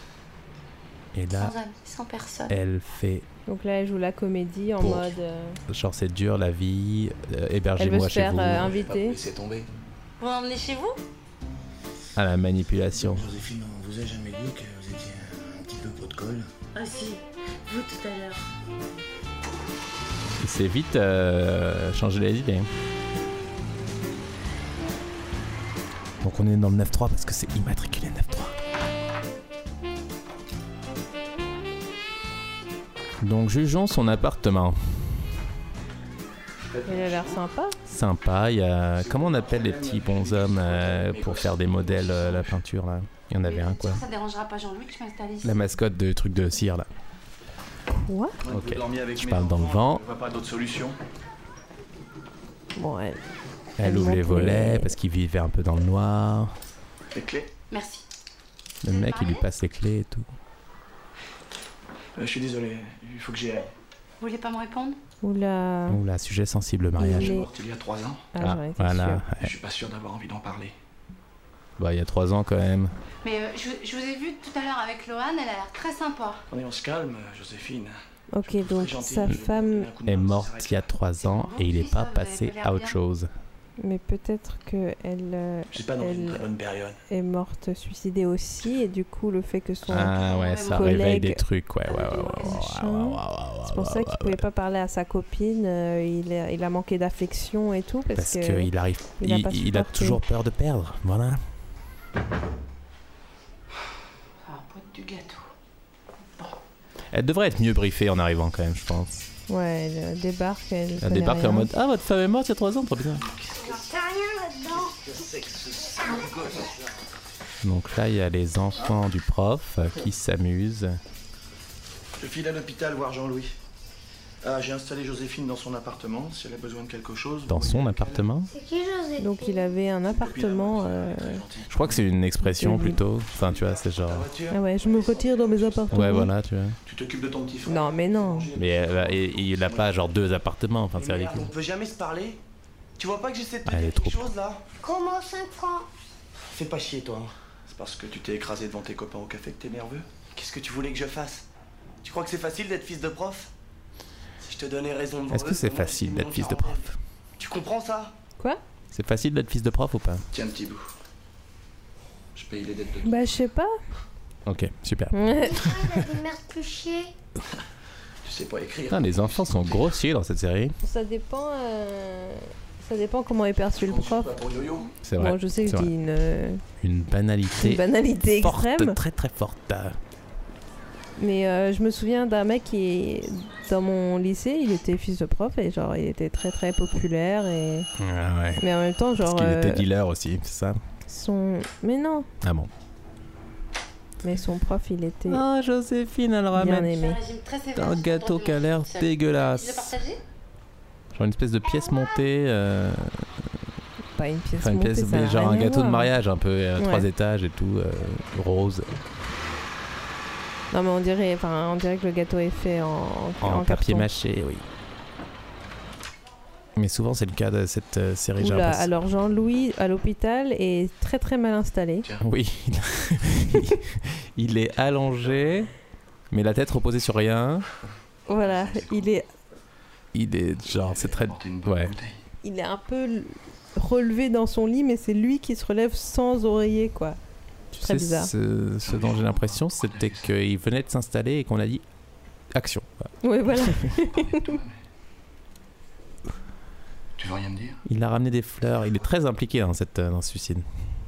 Et là, sans amis, sans personne. elle fait Donc là, elle joue la comédie en Pour- mode. euh, genre c'est dur la vie, euh, Elle veut hébergez-moi se chez faire vous. euh, inviter. Laissez tomber. Vous m'emmenez chez vous? À la manipulation. Joséphine, on vous a jamais dit que vous étiez un petit peu pot de colle? Ah si, vous tout à l'heure. Il s'est vite euh, changé les idées. Donc on est dans le neuf trois parce que c'est immatriculé neuf trois. Donc jugeons son appartement. Elle a l'air sympa. Sympa, il y a... Comment on appelle les petits bonshommes euh, pour faire des modèles, euh, la peinture là? Il y en avait un quoi. Ça dérangera pas Jean-Louis que je m'installe ici. La mascotte de truc de cire là. Quoi? Ok, je parle dans le vent. On voit pas d'autre solution. Bon, elle... Elle, elle ouvre les volets les... parce qu'il vivait un peu dans le noir. Les clés. Merci. Le mec, il lui passe les clés et tout. Euh, je suis désolé, il faut que j'y aille. Vous voulez pas me répondre? Oula. Oula, sujet sensible, le mariage. Je suis morte il y a trois ans. Ah, Ah, j'aurais été voilà. sûre. Ouais. Je suis pas sûr d'avoir envie d'en parler. Bah, il y a trois ans quand même. Mais euh, je, je vous ai vu tout à l'heure avec Lohan, elle a l'air très sympa. Attendez, on se calme, Joséphine. Ok, donc sa femme... Est morte il y a trois ans et il est pas passé à autre chose. Mais peut-être qu'elle euh, C'est pas dans une elle très bonne période. est morte suicidée aussi, et du coup, le fait que son Ah ouais, ça collègue... réveille des trucs, ouais, ouais, ouais. ouais, ouais, machin, ouais, ouais, ouais, ouais, c'est pour ça ouais, qu'il ouais, pouvait ouais. pas parler à sa copine, euh, il, a, il a manqué d'affection et tout, parce, Parce que qu'il arrive, il a, il, pas il a supporté. toujours peur de perdre, voilà. Ah, boîte du gâteau. Elle devrait être mieux briefée en arrivant quand même, je pense. Ouais, elle euh, débarque, elle, Elle connaît débarque rien. en mode ah, votre femme est morte il y a trois ans, trop bien. T'as rien là-dedans. Donc là, il y a les enfants du prof euh, qui s'amusent. Je file à l'hôpital voir Jean-Louis. Ah, j'ai installé Joséphine dans son appartement, si elle a besoin de quelque chose. Dans son appartement. C'est qui José? Donc il avait un appartement... Euh... Je crois que c'est une expression plutôt. Enfin, tu vois, c'est genre. Ah ouais, je me retire dans mes appartements. Ouais, voilà, tu vois. Tu t'occupes de ton petit frère. Non, mais non. Mais euh, et- et il a pas genre deux appartements, enfin, c'est Merde, ridicule. on peut jamais se parler. Tu vois pas que j'essaie de te Ah, elle dire est trop- quelque chose là? Comment cinq francs? Fais pas chier toi. C'est parce que tu t'es écrasé devant tes copains au café que t'es nerveux. Qu'est-ce que tu voulais que je fasse? Tu crois que c'est facile d'être fils de prof? Si je te donnais raison devant Est-ce que eux, c'est comment facile ils d'être m'ont fils fait de prof? Tu comprends ça? Quoi? C'est facile d'être fils de prof ou pas? Tiens, petit bout. Je paye les dettes de... Bah, je sais pas. Ok, super. Ouais. Il a des merdes plus chier. Tu sais pas écrire. Putain, les enfants sont grossiers dans cette série. Ça dépend... euh, Ça dépend comment est perçu le prof. C'est vrai. Bon, je sais que c'est je vrai. dis une... euh, Une banalité. Une banalité forte, extrême. Très très forte. Mais euh, je me souviens d'un mec qui, dans mon lycée, il était fils de prof et genre il était très très populaire et. Ah ouais. Mais en même temps, genre. Parce qu'il était euh, dealer aussi, c'est ça? Son. Mais non. Ah bon. Mais son prof, il était. Ah, Joséphine, elle ramène bien aimé. un gâteau qui a l'air dégueulasse. Genre une espèce de pièce montée. Euh... Pas une pièce Enfin, une montée, pièce, ça mais n'a genre rien un à gâteau de voir. mariage un peu, euh, Ouais. trois étages et tout, euh, rose. Non, mais on dirait, enfin, on dirait que le gâteau est fait en, En, en papier carton. mâché, oui. Mais souvent, c'est le cas de cette euh, série. j'ai Oula, l'impression. alors Jean-Louis à l'hôpital est très très mal installé. Oui, il est allongé, mais la tête reposée sur rien. Voilà, il est, Il est genre, c'est très. Ouais. il est un peu l- relevé dans son lit, mais c'est lui qui se relève sans oreiller, quoi. Tu Très sais, bizarre. Ce, ce dont j'ai l'impression, c'était qu'il venait de s'installer et qu'on a dit action. Oui, voilà. Tu veux rien me dire? Il a ramené des fleurs. Il est très impliqué dans, cette, dans ce suicide.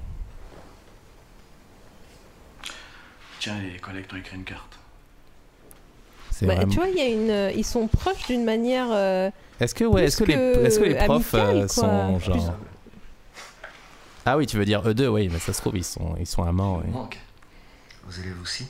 Tiens, les collègues t'ont écrit une carte. C'est Bah, vraiment- Tu vois, il y a une, euh, ils sont proches d'une manière. euh, Est-ce que, ouais, plus est-ce que, les, que est-ce que les profs amicale, euh, quoi. sont genre. Ah oui, tu veux dire eux deux, oui, mais ça se trouve, ils sont, ils sont amants. oui. Vos élèves aussi?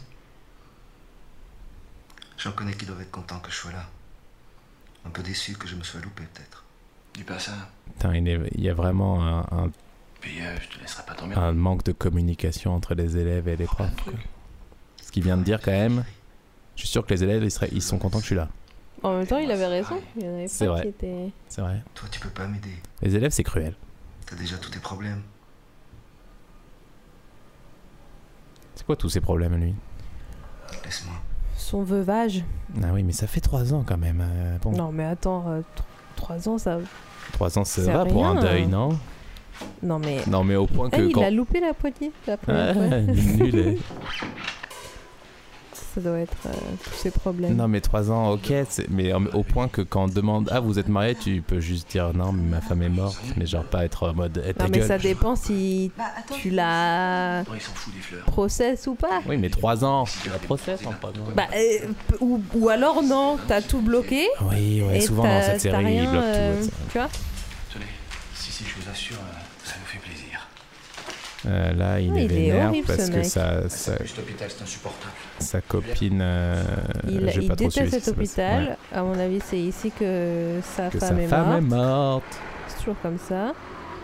J'en connais qui doivent être contents que je sois là. Un peu déçus que je me sois loupé, peut-être. Dis pas ça. Putain, il, est- il y a vraiment un, un, Puis euh, je te laisserai pas t'emmerder. un manque de communication entre les élèves et les profs. quoi. Ce qu'il vient de dire quand même, je suis sûr que les élèves, ils, seraient, ils sont contents que je suis là. En même temps, il avait raison. Il y en avait C'est pas vrai. qui étaient. C'est vrai. Toi, tu peux pas m'aider. Les élèves, c'est cruel. T'as déjà tous tes problèmes. C'est quoi tous ces problèmes, lui? Laisse-moi. Son veuvage. Ah oui, mais ça fait trois ans quand même. euh, bon. Non, mais attends, euh, tr- trois ans, ça. Trois ans, ça C'est va pour un rien. deuil, non? Non, mais. Non, mais au point que Eh, il quand... a loupé la poignée la première Ah, fois. nul, eh. Ça doit être euh, tous ces problèmes. Non, mais trois ans, ok, c'est- mais euh, au point que quand on demande ah vous êtes marié, tu peux juste dire non, mais ma femme est morte, mais genre pas être en mode eh, ta Non, mais gueule. ça dépend si tu la Oh, il s'en fout des fleurs. processes ou pas. Oui, mais trois ans, tu la processes en pas non. Bah, euh, p- ou, ou alors non, t'as tout bloqué. Oui, ouais, et souvent t'as- dans cette t'as série, ils rien, bloquent tout, euh, ouais, ça. Tu vois. Tenez, si, si, je vous assure, euh, ça nous fait plaisir. Euh, là, il Ah, est il est vénère horrible, parce ce que mec. sa, sa, Cet hôpital, c'est insupportable. sa copine. Euh, Il, j'ai il pas trop suivi déteste ce cet qui se passe. hôpital. Ouais. À mon avis, c'est ici que sa Que femme, sa est, femme morte. est morte. C'est toujours comme ça.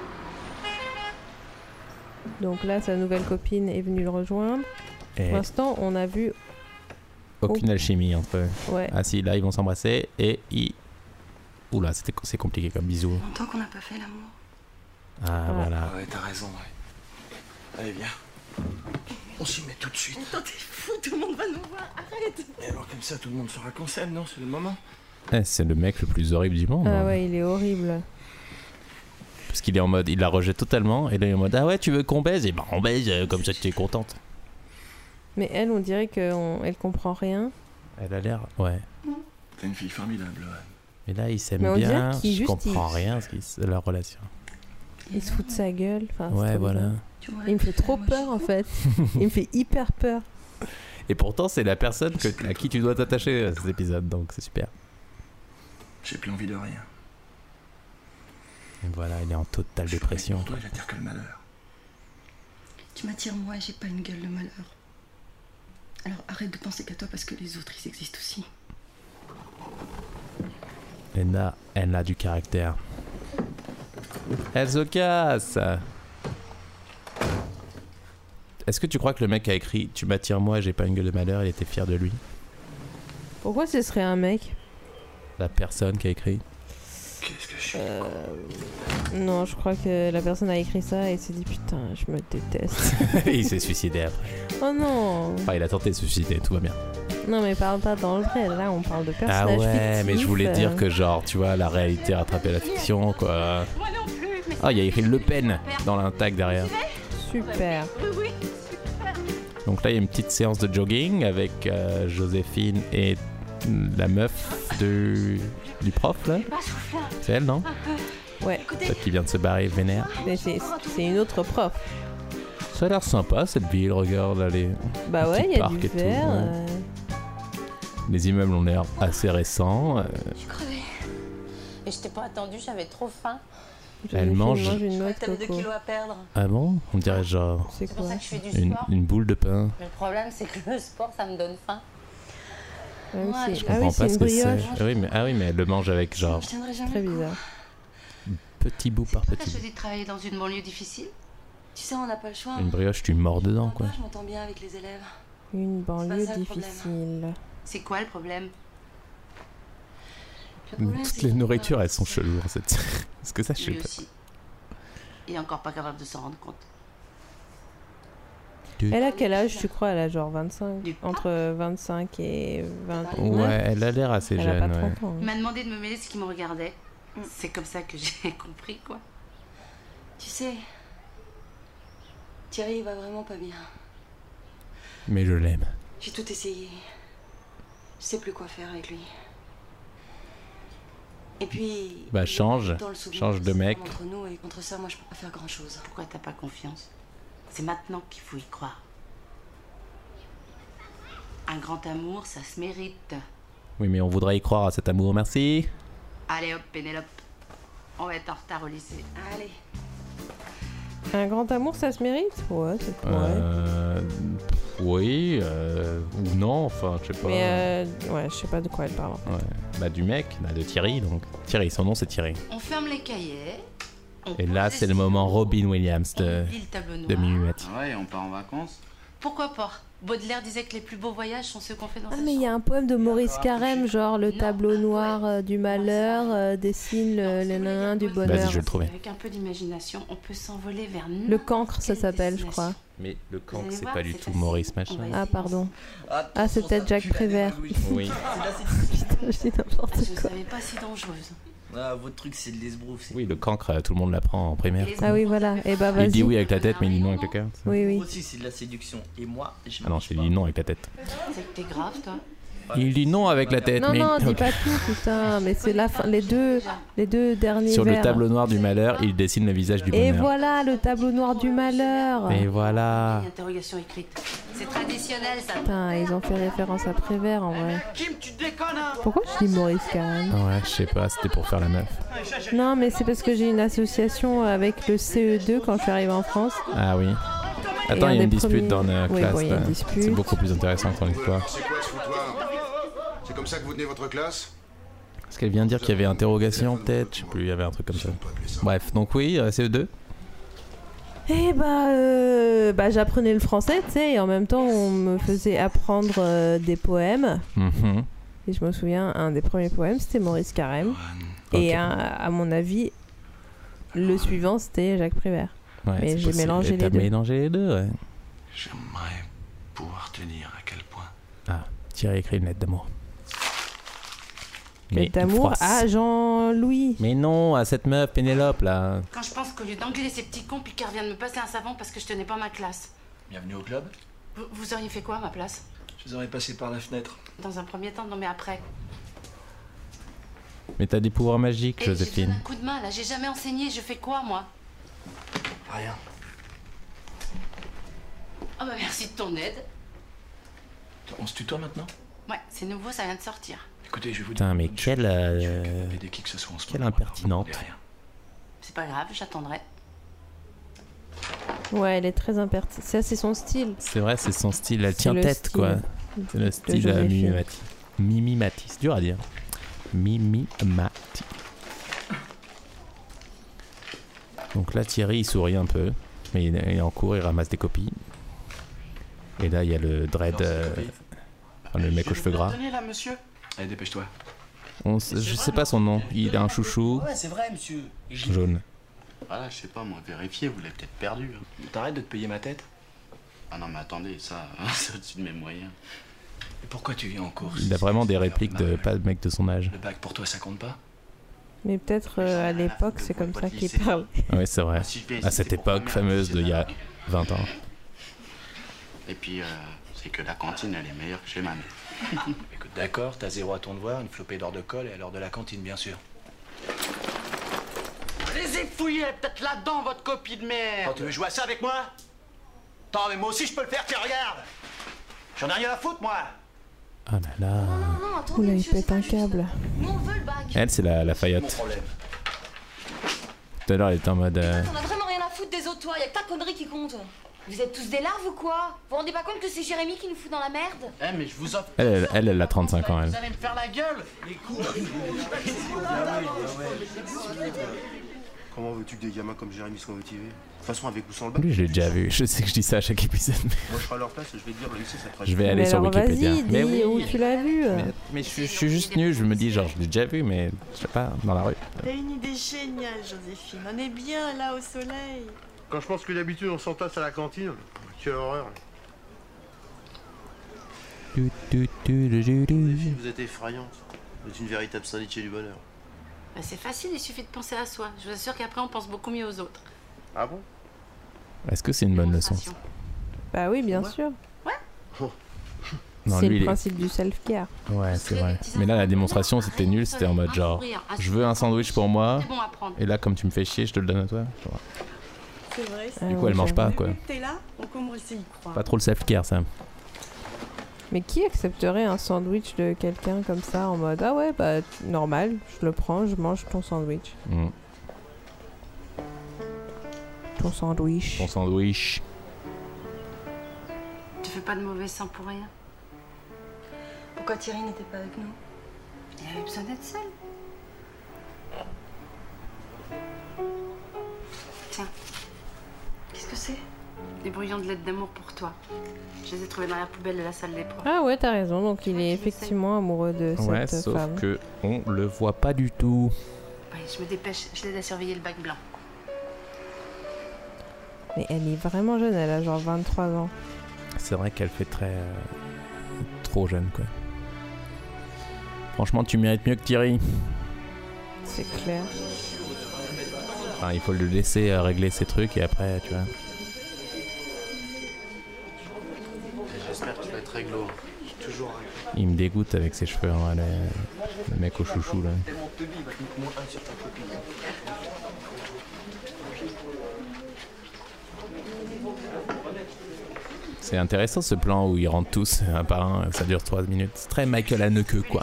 Donc là, sa nouvelle copine est venue le rejoindre. Et Pour l'instant, on a vu aucune alchimie entre eux. Ouais. Ah si, là, ils vont s'embrasser et ils. Oula, c'était, c'est compliqué comme bisou. Longtemps qu'on n'a pas fait l'amour. Ah, Ah. voilà. Ouais, t'as raison, ouais. Allez, viens. On s'y met tout de suite. Attends, t'es fou, tout le monde va nous voir, arrête. Et alors, comme ça, tout le monde saura qu'on s'aime, non? C'est le moment. Eh, c'est le mec le plus horrible du monde. Ah hein. ouais, il est horrible. Parce qu'il est en mode, il la rejette totalement. Et là, il est en mode, ah ouais, tu veux qu'on baise? Et bah, on baise, euh, comme ça, tu es contente. Mais elle, on dirait qu'elle comprend rien. Elle a l'air, ouais. T'es une fille formidable, ouais. Mais là, ils s'aiment Mais on bien. dirait qu'il Je juste, comprends il- rien, ce qui se- leur relation. Il se fout de sa gueule. Enfin, c'est Ouais, trop voilà. bizarre. Il me fait trop peur en fait. Il me fait hyper peur. Et pourtant, c'est la personne que, à qui tu dois t'attacher à cet épisode, donc c'est super. J'ai plus envie de rien. Et voilà, il est en totale dépression. Pour toi, il attire que le malheur. Tu m'attires moi et j'ai pas une gueule de malheur. Alors arrête de penser qu'à toi parce que les autres ils existent aussi. Lena, elle a du caractère. Elle se casse. Est-ce que tu crois que le mec a écrit Tu m'attires moi, j'ai pas une gueule de malheur, il était fier de lui? Pourquoi ce serait un mec? La personne qui a écrit. Qu'est-ce que je suis Euh, Non, je crois que la personne a écrit ça et s'est dit putain, je me déteste. Il s'est suicidé après. Oh non. Enfin, il a tenté de se suicider, tout va bien. Non mais parle pas dans le vrai, là on parle de Ah personnages ouais, mais je fictifs, voulais euh. dire que genre, tu vois, la réalité a rattrapé la fiction, quoi. Ah, il y a écrit Le Pen dans l'intag derrière. Super. Donc là, il y a une petite séance de jogging avec euh, Joséphine et la meuf de... du prof, là. C'est elle, non? Ouais. Celle qui vient de se barrer vénère. Mais c'est c'est une autre prof. Ça a l'air sympa, cette ville, regarde, là, les Bah les ouais, petits il y a parcs du et tout, vert. ouais. euh, Les immeubles ont l'air assez récents. euh, Crevée. Et je t'ai pas attendu, j'avais trop faim. Elle Joséphine mange... une noix de T'avais deux coco. kilos à perdre. Ah bon? On dirait genre... C'est C'est pour quoi? ça que je fais du Une, sport. une boule de pain. Mais le problème, c'est que le sport, ça me donne faim. Ah oui, Ouais, c'est Je ah comprends oui, c'est pas une ce que c'est. brioche. Ah oui, mais, ah oui, mais elle le mange avec genre Je tiendrai jamais Très le coup. bizarre. petit bout par Toi, petit t'as bout. choisi de travailler dans une banlieue difficile? Tu sais, on n'a pas le choix. Une brioche, tu mords dedans, quoi. Moi, je m'entends bien avec les élèves. Une banlieue ça, le problème. difficile. C'est quoi le problème? Le problème, Toutes c'est les qu'il nourritures, faut elles sont cheloues en cette série. Est-ce que ça, je sais Lui pas. aussi. Il est encore pas capable de s'en rendre compte. Elle a quel âge, tu crois? Elle a genre vingt-cinq. Entre vingt-cinq et vingt. Ouais, elle a l'air assez Elle a jeune, pas ouais. trente ans. Il m'a demandé de me mêler de ce qui me regardait. C'est comme ça que j'ai compris, quoi. Tu sais, Thierry il va vraiment pas bien. Mais je l'aime. J'ai tout essayé. Je sais plus quoi faire avec lui. Et puis. Bah, il y a change. dans le souvenir Change de que c'est mec. Entre nous et contre ça, moi je peux pas faire grand chose. Pourquoi t'as pas confiance? C'est maintenant qu'il faut y croire. Un grand amour, ça se mérite. Oui, mais on voudrait y croire à cet amour, merci. Allez hop, Pénélope. On va être en retard au lycée. Allez. Un grand amour, ça se mérite? Ouais, c'est pourrait. Euh, oui, euh, ou non, enfin, je sais pas. Mais euh, ouais, je sais pas de quoi elle parle. Ouais. Bah, du mec, bah, de Thierry, donc. Thierry, son nom, c'est Thierry. On ferme les cahiers. On Et pose là, les c'est le stylos, moment Robin Williams de, lit le tableau noir. de Minuit. Ouais, on part en vacances. Pourquoi pas? Baudelaire disait que les plus beaux voyages sont ceux qu'on fait dans Ah sa mais il y a un poème de Maurice Carême, genre le tableau noir euh, du malheur euh, dessine le, le nanin du bonheur. Vas-y, je vais le trouver. Avec un peu d'imagination, on peut s'envoler vers Le cancre, ça s'appelle, je crois. Mais le cancre, allez c'est voir, pas du c'est tout facile. Maurice Machin. Ah pardon. Ah c'est peut-être Jacques Prévert. Oui. Putain, je dis n'importe Je ne quoi. savais pas si dangereuse. Ah, votre truc, c'est de l'esbrouf. c'est- Oui, le cancre, euh, tout le monde l'apprend en primaire. Ah oui voilà, et bah vas-y. Il dit oui avec la tête, mais il dit non avec le cœur. Oui oui. Moi aussi, c'est de la séduction. Et moi, je Ah non, je dit non avec la tête. C'est que t'es grave, toi. Il dit non avec la tête, Non mais... non, dis Ok. pas tout putain, mais c'est la fin, les deux, les deux derniers Sur le vers. tableau noir du malheur, il dessine le visage du Et bonheur. voilà le tableau noir du malheur. Et voilà. Une interrogation écrite. C'est traditionnel, ça. Putain, ils ont fait référence à Prévert en vrai. Kim, tu déconnes, hein? Pourquoi je dis Maurice Carême? Ouais, je sais pas, c'était pour faire la meuf. Non mais c'est parce que j'ai une association avec le C E deux quand je suis arrivée en France. Ah oui. Attends, un il y a des une dispute premiers- dans la Oui, classe. bon, il y a une là. dispute. C'est beaucoup plus intéressant que ton histoire. C'est quoi ce foutoir? C'est comme ça que vous tenez votre classe? Parce qu'elle vient de dire qu'il y avait interrogation, peut-être. Je sais plus, il y avait un truc comme ça. Bref, donc oui, euh, C E deux. Et bah, euh, bah j'apprenais le français, tu sais, et en même temps, on me faisait apprendre euh, des poèmes. Mhm. Et je me souviens, un des premiers poèmes, c'était Maurice Carême. Et Ok. un- à mon avis, le suivant, c'était Jacques Prévert. Ouais, Mais c'est j'ai possible. mélangé Et les t'as deux. mélangé les deux, ouais. J'aimerais pouvoir te dire à quel point. Ah, Thierry écrit une lettre d'amour. Mais Lettre d'amour froisse. à Jean-Louis. Mais non, à cette meuf, Pénélope, là. Quand je pense qu'au lieu d'engueuler ces petits cons, puis qu'ils reviennent me passer un savon parce que je tenais pas ma classe. Bienvenue au club. Vous, vous auriez fait quoi à ma place? Je les aurais passés par la fenêtre. Dans un premier temps, non mais après. Mais t'as des pouvoirs magiques, Et j'ai Joséphine. donné un coup de main là, j'ai jamais enseigné, je fais quoi moi? Rien. Ah bah merci de ton aide. On se tutoie maintenant? Ouais, c'est nouveau, ça vient de sortir. Écoutez, je vais vous Putain, mais quelle. euh, aider qui que ce soit en ce Quelle impertinente. C'est pas grave, j'attendrai. Ouais, elle est très impertinente. Ça, c'est son style. C'est vrai, c'est son style. Elle C'est tient le tête, style quoi. C'est le de style à Joséphine. Mimi Mati. Mimi Mati, c'est dur à dire. Mimi Mati. Donc là, Thierry, il sourit un peu. Mais il est en cours, il ramasse des copies. Et là, il y a le dread. euh, enfin, le mec aux cheveux gras. Tenez là, monsieur. Allez, dépêche-toi. On s- je sais pas son nom. Il a un chouchou Ouais, c'est vrai, monsieur. Et je- jaune. Voilà, je sais pas, moi, vérifier, vous l'avez peut-être perdu. hein. T'arrêtes de te payer ma tête? Ah non, mais attendez, ça, c'est au-dessus de mes moyens. Et pourquoi tu viens en course? Il a vraiment des répliques de pas de mec de son âge. Le bac pour toi, ça compte pas? Mais peut-être euh, à l'époque, c'est comme ça qu'il parle. Ouais, c'est vrai. À cette époque fameuse de il y a vingt ans. Et puis, euh, c'est que la cantine, elle est meilleure que chez ma mère. Écoute, d'accord, t'as zéro à ton devoir, une flopée d'heures de colle et à l'heure de la cantine, bien sûr. Les ai fouillés, elle est peut-être là-dedans, votre copie de merde. Oh, tu veux jouer à ça avec moi? Attends, mais moi aussi je peux le faire, tiens, regarde! J'en ai rien à foutre, moi! Ah là là. Non, attendez, Oula, il monsieur, pète c'est pas un juste. câble. Nous, on veut le bac. Elle, c'est la, la Mon Fayotte. problème. Tout à l'heure, elle était en mode. euh, On a vraiment rien à foutre des autres, toi. Y a que ta connerie qui compte. Vous êtes tous des larves ou quoi? Vous vous rendez pas compte que c'est Jérémy qui nous fout dans la merde? Eh, mais je vous offre. Elle, elle, elle, elle a trente-cinq ans, elle. Vous allez me faire la gueule. Les coups. Comment veux-tu que des gamins comme Jérémy soient motivés? De toute façon, avec ou sans le bac. Lui, je l'ai déjà vu. Je sais que je dis ça à chaque épisode. Mais... Moi, je serai à leur place et je vais te dire, le lycée, ça te Je vais aller Mais sur alors, Wikipédia. vas-y, Mais dis oui. où tu l'as vu. Mais, mais je, suis- je suis juste nul. Je me dis, genre, je l'ai déjà vu, mais je sais pas, dans la rue. T'as une idée géniale, Joséphine. On est bien là au soleil. Quand je pense que d'habitude, on s'entasse à la cantine, quelle horreur. Du, du, du, du, du, du. Vous êtes effrayante. Vous êtes une véritable syndiquée du bonheur. Bah, c'est facile, il suffit de penser à soi. Je vous assure qu'après, on pense beaucoup mieux aux autres. Ah bon? Est-ce que c'est une bonne leçon? Bah oui, bien sûr. Non, C'est lui, il le est- principe du self-care. Ouais, c'est vrai. Mais là, la démonstration, c'était nul. C'était en mode genre, je veux un sandwich pour moi. C'est bon à prendre. Et là, comme tu me fais chier, je te le donne à toi. Genre, C'est vrai. Ah Du coup, elle mange pas, quoi. T'es là, donc on va essayer de croire. Pas trop le self-care, ça. Mais qui accepterait un sandwich de quelqu'un comme ça en mode ah ouais bah normal, je le prends, je mange ton sandwich. Mm. Ton sandwich. Ton sandwich. Tu fais pas de mauvais sang pour rien. Pourquoi Thierry n'était pas avec nous? Il avait besoin d'être seul. Tiens, Qu'est-ce que c'est? des brouillons de lettres d'amour pour toi. Je les ai trouvés dans la poubelle de la salle des profs. Ah ouais, t'as raison, donc il est effectivement amoureux de cette Ouais, sauf femme. que on le voit pas du tout. Ouais, je me dépêche, je l'aide à surveiller le bac blanc. Mais elle est vraiment jeune, elle a genre vingt-trois ans. C'est vrai qu'elle fait très. euh, trop jeune, quoi. Franchement, tu mérites mieux que Thierry. C'est clair. Enfin, il faut le laisser euh, régler ses trucs et après, tu vois. J'espère que tu vas être réglo. Je suis toujours réglo. Il me dégoûte avec ses cheveux, hein, le... le mec au chouchou, là. Tellement teubé, il va te mettre moins un sur ta copine. C'est intéressant ce plan où ils rentrent tous un par un, ça dure trois minutes. C'est très Michael Haneke, quoi.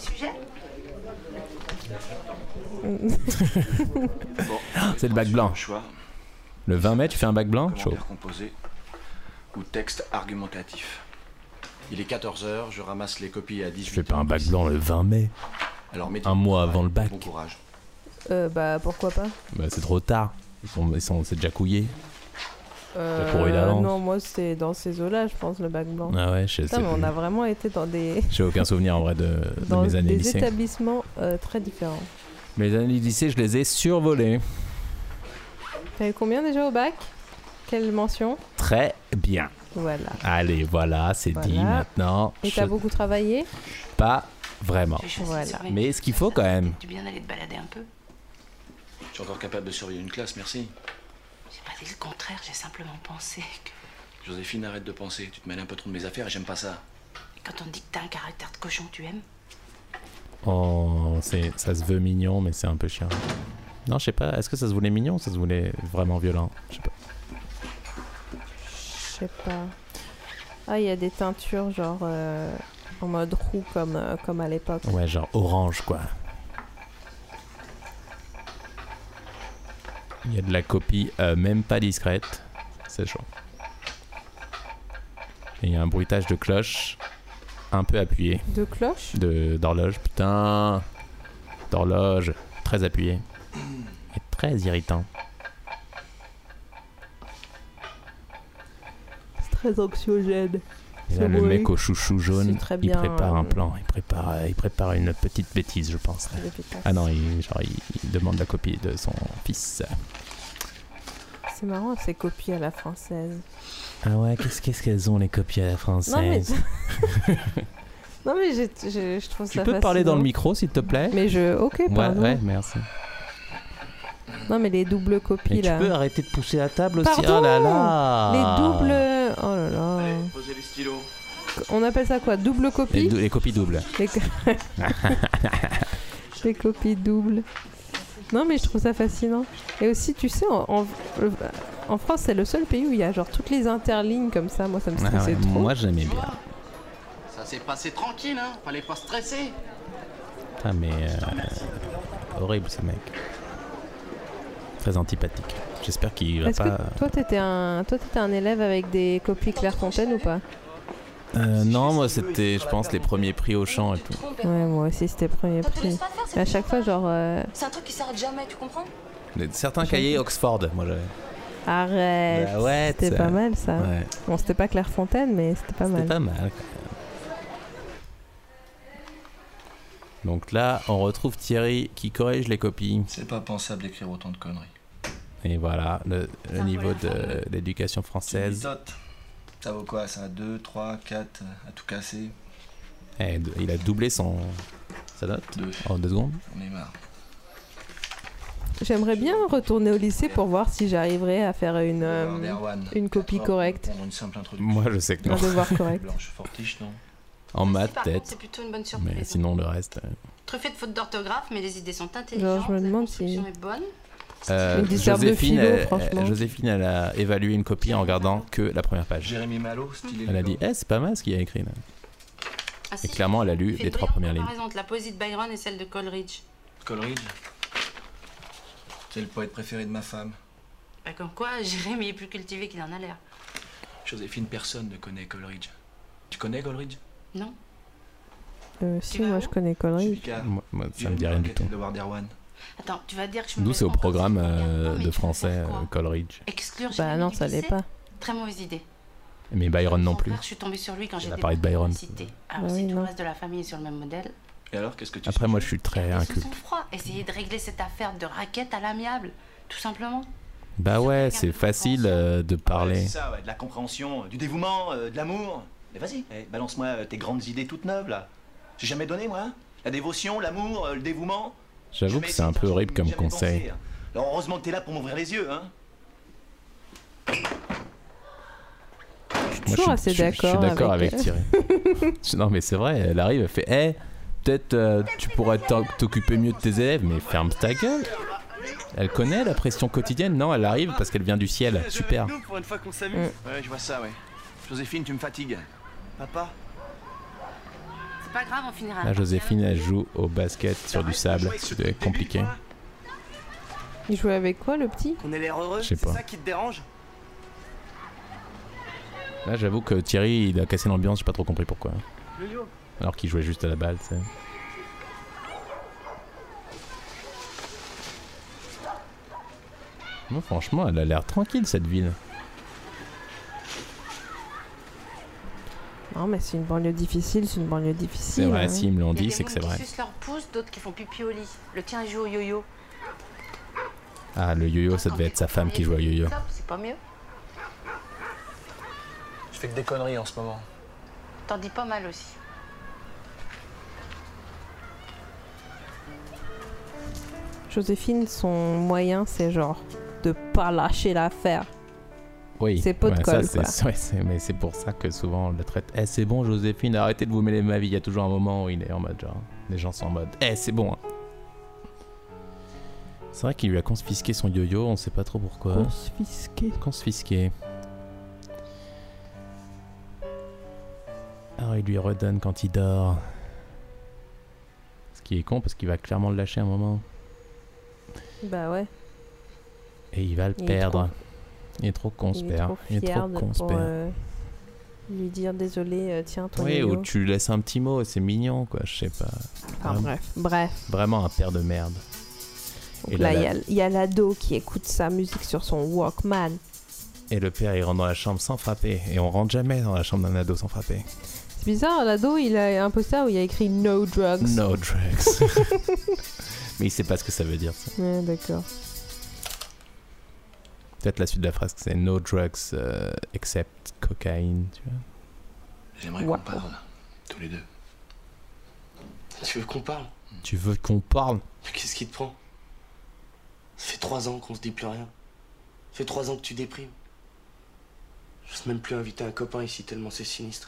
C'est le bac blanc. Choix. Le vingt mai, tu fais un bac blanc? Comment Chaud. bien composé. ou texte argumentatif. Il est quatorze heures, je ramasse les copies à dix-huit Je fais pas heures. un bac blanc le vingt mai. Alors, mettez- Un mois avant le bac. Bon courage. Euh, bah pourquoi pas. Bah c'est trop tard. Ils sont, ils sont, c'est déjà couillé. Euh, couru d'avance. non, moi c'était dans ces eaux-là, je pense, le bac blanc. Ah ouais, je sais Putain, mais on plus. a vraiment été dans des, J'ai aucun souvenir en vrai de, de dans mes années des lycée. établissements euh, très différents. Mes années lycée, je les ai survolées. T'as eu combien déjà au bac? Quelle mention? Très bien. Voilà. Allez, voilà, c'est Voilà. dit maintenant. Et Je- t'as beaucoup travaillé? Pas vraiment. Voilà. Mais ce qu'il faut quand même. Tu bien aller te balader un peu? Je suis encore capable de surveiller une classe, merci. J'ai pas dit le contraire, j'ai simplement pensé que Joséphine, arrête de penser. Tu te mêles un peu trop de mes affaires et j'aime pas ça. quand on te dit que t'as un caractère de cochon, tu aimes? Oh, c'est, ça se veut mignon, mais c'est un peu chiant. Non, je sais pas. Est-ce que ça se voulait mignon ou ça se voulait vraiment violent? Je sais pas. Je sais pas. Ah, il y a des teintures genre euh, en mode roux comme, euh, comme à l'époque. Ouais, genre orange quoi. Il y a de la copie euh, même pas discrète. C'est chaud. Et il y a un bruitage de cloche un peu appuyé. De cloche? De, d'horloge, putain. D'horloge. Très appuyé. Et très irritant. C'est très anxiogène. Et là, C'est le beau, mec oui. au chouchou jaune, C'est très il bien, prépare euh, un plan, il prépare, euh, il prépare une petite bêtise, je pense. Très efficace. Ah non, il, genre, il, il demande la copie de son fils. C'est marrant ces copies à la française. Ah ouais, qu'est-ce, qu'est-ce qu'elles ont les copies à la française? Non mais, non, mais j'ai- j'ai- je trouve Tu ça peux parler dans le fascinant. micro s'il te plaît? Mais je... Ok, Ouais, pardon. ouais, merci. Non mais les doubles copies Et tu là. peux arrêter de pousser la table aussi? Pardon Oh là là! Les doubles... Oh là là. Posez les stylos. On appelle ça quoi? Double Les, copie? dou- les copies doubles. Les, co- Les copies doubles. Non mais je trouve ça fascinant. Et aussi tu sais, en, en, en France c'est le seul pays où il y a genre toutes les interlignes comme ça. Moi ça me Ah stressait ouais, trop. moi j'aimais bien. Ça s'est passé tranquille, hein. Fallait pas stresser. Putain, mais euh, horrible ce mec. Très antipathique. J'espère qu'il va Est-ce pas. que toi t'étais un, toi t'étais un élève avec des copies Clairefontaine ou pas? Euh, non, moi c'était, je pense, les premiers prix au chant et tout. Ouais, moi aussi c'était premier prix. Mais à chaque fois genre... euh, C'est un truc qui s'arrête jamais, tu comprends? Les- Certains cahiers Oxford, moi j'avais. Arrête. Bah ouais, c'était ça- pas mal ça. ouais. Bon c'était pas Clairefontaine mais c'était pas mal. C'était pas mal. quand même. Donc là, on retrouve Thierry qui corrige les copies. C'est pas pensable d'écrire autant de conneries. Et voilà, le, le niveau de l'éducation Tu française. mitotes. Ça vaut quoi ça? deux, trois, quatre, à tout casser? Eh, de- il a doublé son, sa note Deux. en deux secondes. J'en ai marre. J'aimerais bien retourner au lycée pour voir si j'arriverais à faire une, euh, Devoir d'Erwan. une copie Quatre heures pour correcte. répondre à une simple introduction. Moi je sais que non. Un devoir correct. Blanche Fortiche, non? En maths Par contre, peut-être. c'est plutôt une bonne surprise. Mais sinon le reste. euh, Truffé de fautes d'orthographe, mais les idées sont intelligentes. Genre je me la demande si... construction est bonne. Euh, Une disserte de Joséphine, philo, elle, franchement. Joséphine, elle a évalué une copie en regardant que la première page. Jérémy Malo, stylé. Elle a dit, eh, c'est pas mal ce qu'il y a écrit là. Ah, si, Et clairement, elle a lu fait les une trois brillante premières lignes. comparaison entre la poésie de Byron et celle de Coleridge. Coleridge. C'est le poète préféré de ma femme. Bah, comme quoi, Jérémy est plus cultivé qu'il en a l'air. Joséphine, personne ne connaît Coleridge. Tu connais Coleridge? Non. Euh, si, moi je connais Coleridge. Moi, moi, ça me dit rien du tout. Devoir d'Erwan. Attends, tu vas dire que je me Nous, mets c'est au pas en programme cause, euh, mais tu de vas français faire quoi euh, Coleridge. Exclure Bah Jérémy non, du ça l'est lycée? pas. Très mauvaise idée. Mais Byron non Son plus. frère, je suis tombée sur lui quand j'ai Elle a parlé de Byron. cité. Alors Bah si oui, tout non. le reste de la famille est sur le même modèle, Et alors, qu'est-ce que tu Après, moi, je suis très gardez sous inculte. son froid. Essayez de régler cette affaire de raquette à l'amiable, tout simplement. Bah ouais, c'est facile euh, de parler. C'est ça, ouais, de la compréhension, du dévouement, euh, de l'amour. Mais vas-y, eh, balance-moi euh, tes grandes idées toutes neuves là. J'ai jamais donné moi, hein. La dévotion, l'amour, euh, le dévouement. J'avoue que c'est un peu horrible comme conseil. Alors heureusement que t'es là pour m'ouvrir les yeux, hein. Je suis toujours assez je, je suis d'accord d'accord avec, avec, Thierry. non mais c'est vrai, elle arrive, elle fait, eh, peut-être euh, tu pourrais t'en- t'occuper mieux de tes élèves, mais ferme ta gueule. Elle connaît la pression quotidienne, non? Elle arrive parce qu'elle vient du ciel, super. Nous, pour une fois qu'on s'amuse. Mm. Ouais, je vois ça, ouais. Joséphine, tu me fatigues. Papa. C'est pas grave, on finira. Là, Joséphine, elle joue au basket sur du sable, c'est compliqué. Il jouait avec quoi le petit? On est l'air heureux, Je sais c'est pas. ça qui te dérange? Là, j'avoue que Thierry, il a cassé l'ambiance, j'ai pas trop compris pourquoi. Yo-yo. Alors qu'il jouait juste à la balle, tu sais. Moi, franchement, elle a l'air tranquille, cette ville. Non, mais c'est une banlieue difficile, c'est une banlieue difficile. C'est vrai, hein. s'ils me l'ont Il y dit, a c'est des que c'est gens vrai. qui sucent leur pouce, d'autres qui font pipi au lit. Le tien, il joue au yo-yo. Ah, le yo-yo, ça devait être sa femme qui joue au yo-yo. C'est pas mieux. Je fais que des conneries en ce moment. T'en dis pas mal aussi. Joséphine, son moyen, c'est genre de pas lâcher l'affaire. Oui, C'est pot de ouais, colle, ça, c'est, ouais, c'est, mais c'est pour ça que souvent on le traite. Eh, c'est bon, Joséphine, arrêtez de vous mêler de ma vie. Il y a toujours un moment où il est en mode genre. Les gens sont en mode. Eh, c'est bon. Hein. C'est vrai qu'il lui a confisqué son yo-yo, on sait pas trop pourquoi. Confisqué. Confisqué. Alors il lui redonne quand il dort. Ce qui est con parce qu'il va clairement le lâcher un moment. Bah ouais. Et il va le Il est perdre. trop- Il est trop con ce Il est père. trop Il est fier trop de- con ce pour père. euh, lui dire désolé, euh, tiens ton Oui, yo-yo. ou tu laisses un petit mot, c'est mignon quoi, je sais pas. Enfin, Vraiment- bref, bref. Vraiment un père de merde. Donc là, il y a- il y a l'ado qui écoute sa musique sur son Walkman. Et le père il rentre dans la chambre sans frapper. Et on rentre jamais dans la chambre d'un ado sans frapper. C'est bizarre, l'ado, il a un poster où il y a écrit No Drugs. No drugs. Mais il sait pas ce que ça veut dire. Ça. Ouais, d'accord. Peut-être la suite de la phrase c'est No drugs euh, except cocaine, tu vois. J'aimerais Wow. qu'on parle, tous les deux. Tu veux qu'on parle? Tu veux qu'on parle? Mais qu'est-ce qui te prend? Ça fait trois ans qu'on se dit plus rien. Ça fait trois ans que tu déprimes. J'ose même plus inviter un copain ici tellement c'est sinistre.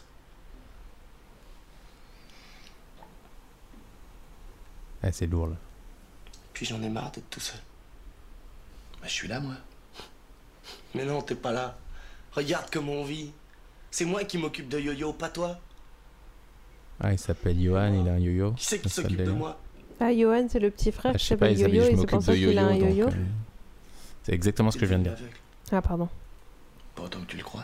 Ah, c'est lourd là. Puis j'en ai marre d'être tout seul. Bah, je suis là, moi. Mais non, t'es pas là. Regarde comment on vit. C'est moi qui m'occupe de Yo-Yo, pas toi. Ah, il s'appelle Johan, il a un yo-yo. Qui c'est qui Ça, ça s'occupe de le- moi? Ah, Johan, c'est le petit frère Ah, qui je sais pas, s'appelle ils Yo-Yo avaient- je et c'est m'occupe pour ça de qu'il a un yo-yo. yo-yo. donc, euh, C'est exactement ce que je viens de dire. Ah, pardon. Pas autant que tu le crois.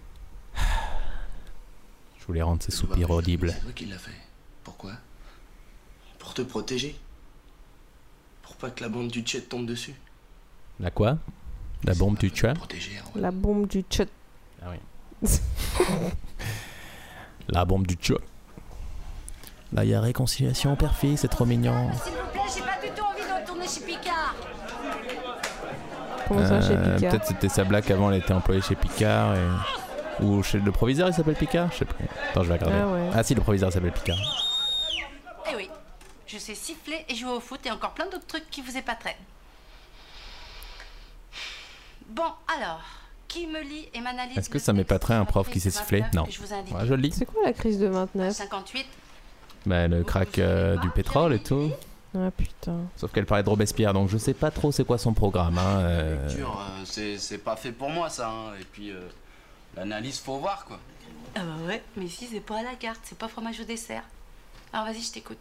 Je voulais rendre ces soupirs audibles. C'est toi qui l'as fait. Pourquoi? Pour te protéger. Pour pas que la bande du Tchèque tombe dessus. La quoi? La bombe du tuas? La bombe du tchot. Ah oui. La bombe du tuas. Là, il y a réconciliation, père-fille, c'est trop mignon. S'il vous plaît, j'ai pas du tout envie de retourner chez Picard. Comment ça, chez Euh, Picard? Peut-être c'était sa blague avant, elle était employée chez Picard. Et... Ou chez le proviseur, il s'appelle Picard? Je sais plus. Attends, je vais regarder. Ah ouais. Ah si, le proviseur il s'appelle Picard. Eh oui, je sais siffler et jouer au foot et encore plein d'autres trucs qui vous épateraient. Bon, alors, qui me lit et m'analyse Est-ce que ça m'épaterait un prof qui sait siffler? Non. que je vous indique. Ouais, je le lis. C'est quoi la crise de vingt-neuf? cinquantahuit. Bah, le crack euh, du pétrole et tout. Ah putain. Sauf qu'elle parlait de Robespierre, donc je sais pas trop c'est quoi son programme. Hein, euh. Lecture, euh, c'est c'est pas fait pour moi ça. Hein. Et puis euh, l'analyse, faut voir quoi. Ah bah ouais, mais ici c'est pas à la carte, c'est pas fromage au dessert. Alors vas-y, je t'écoute.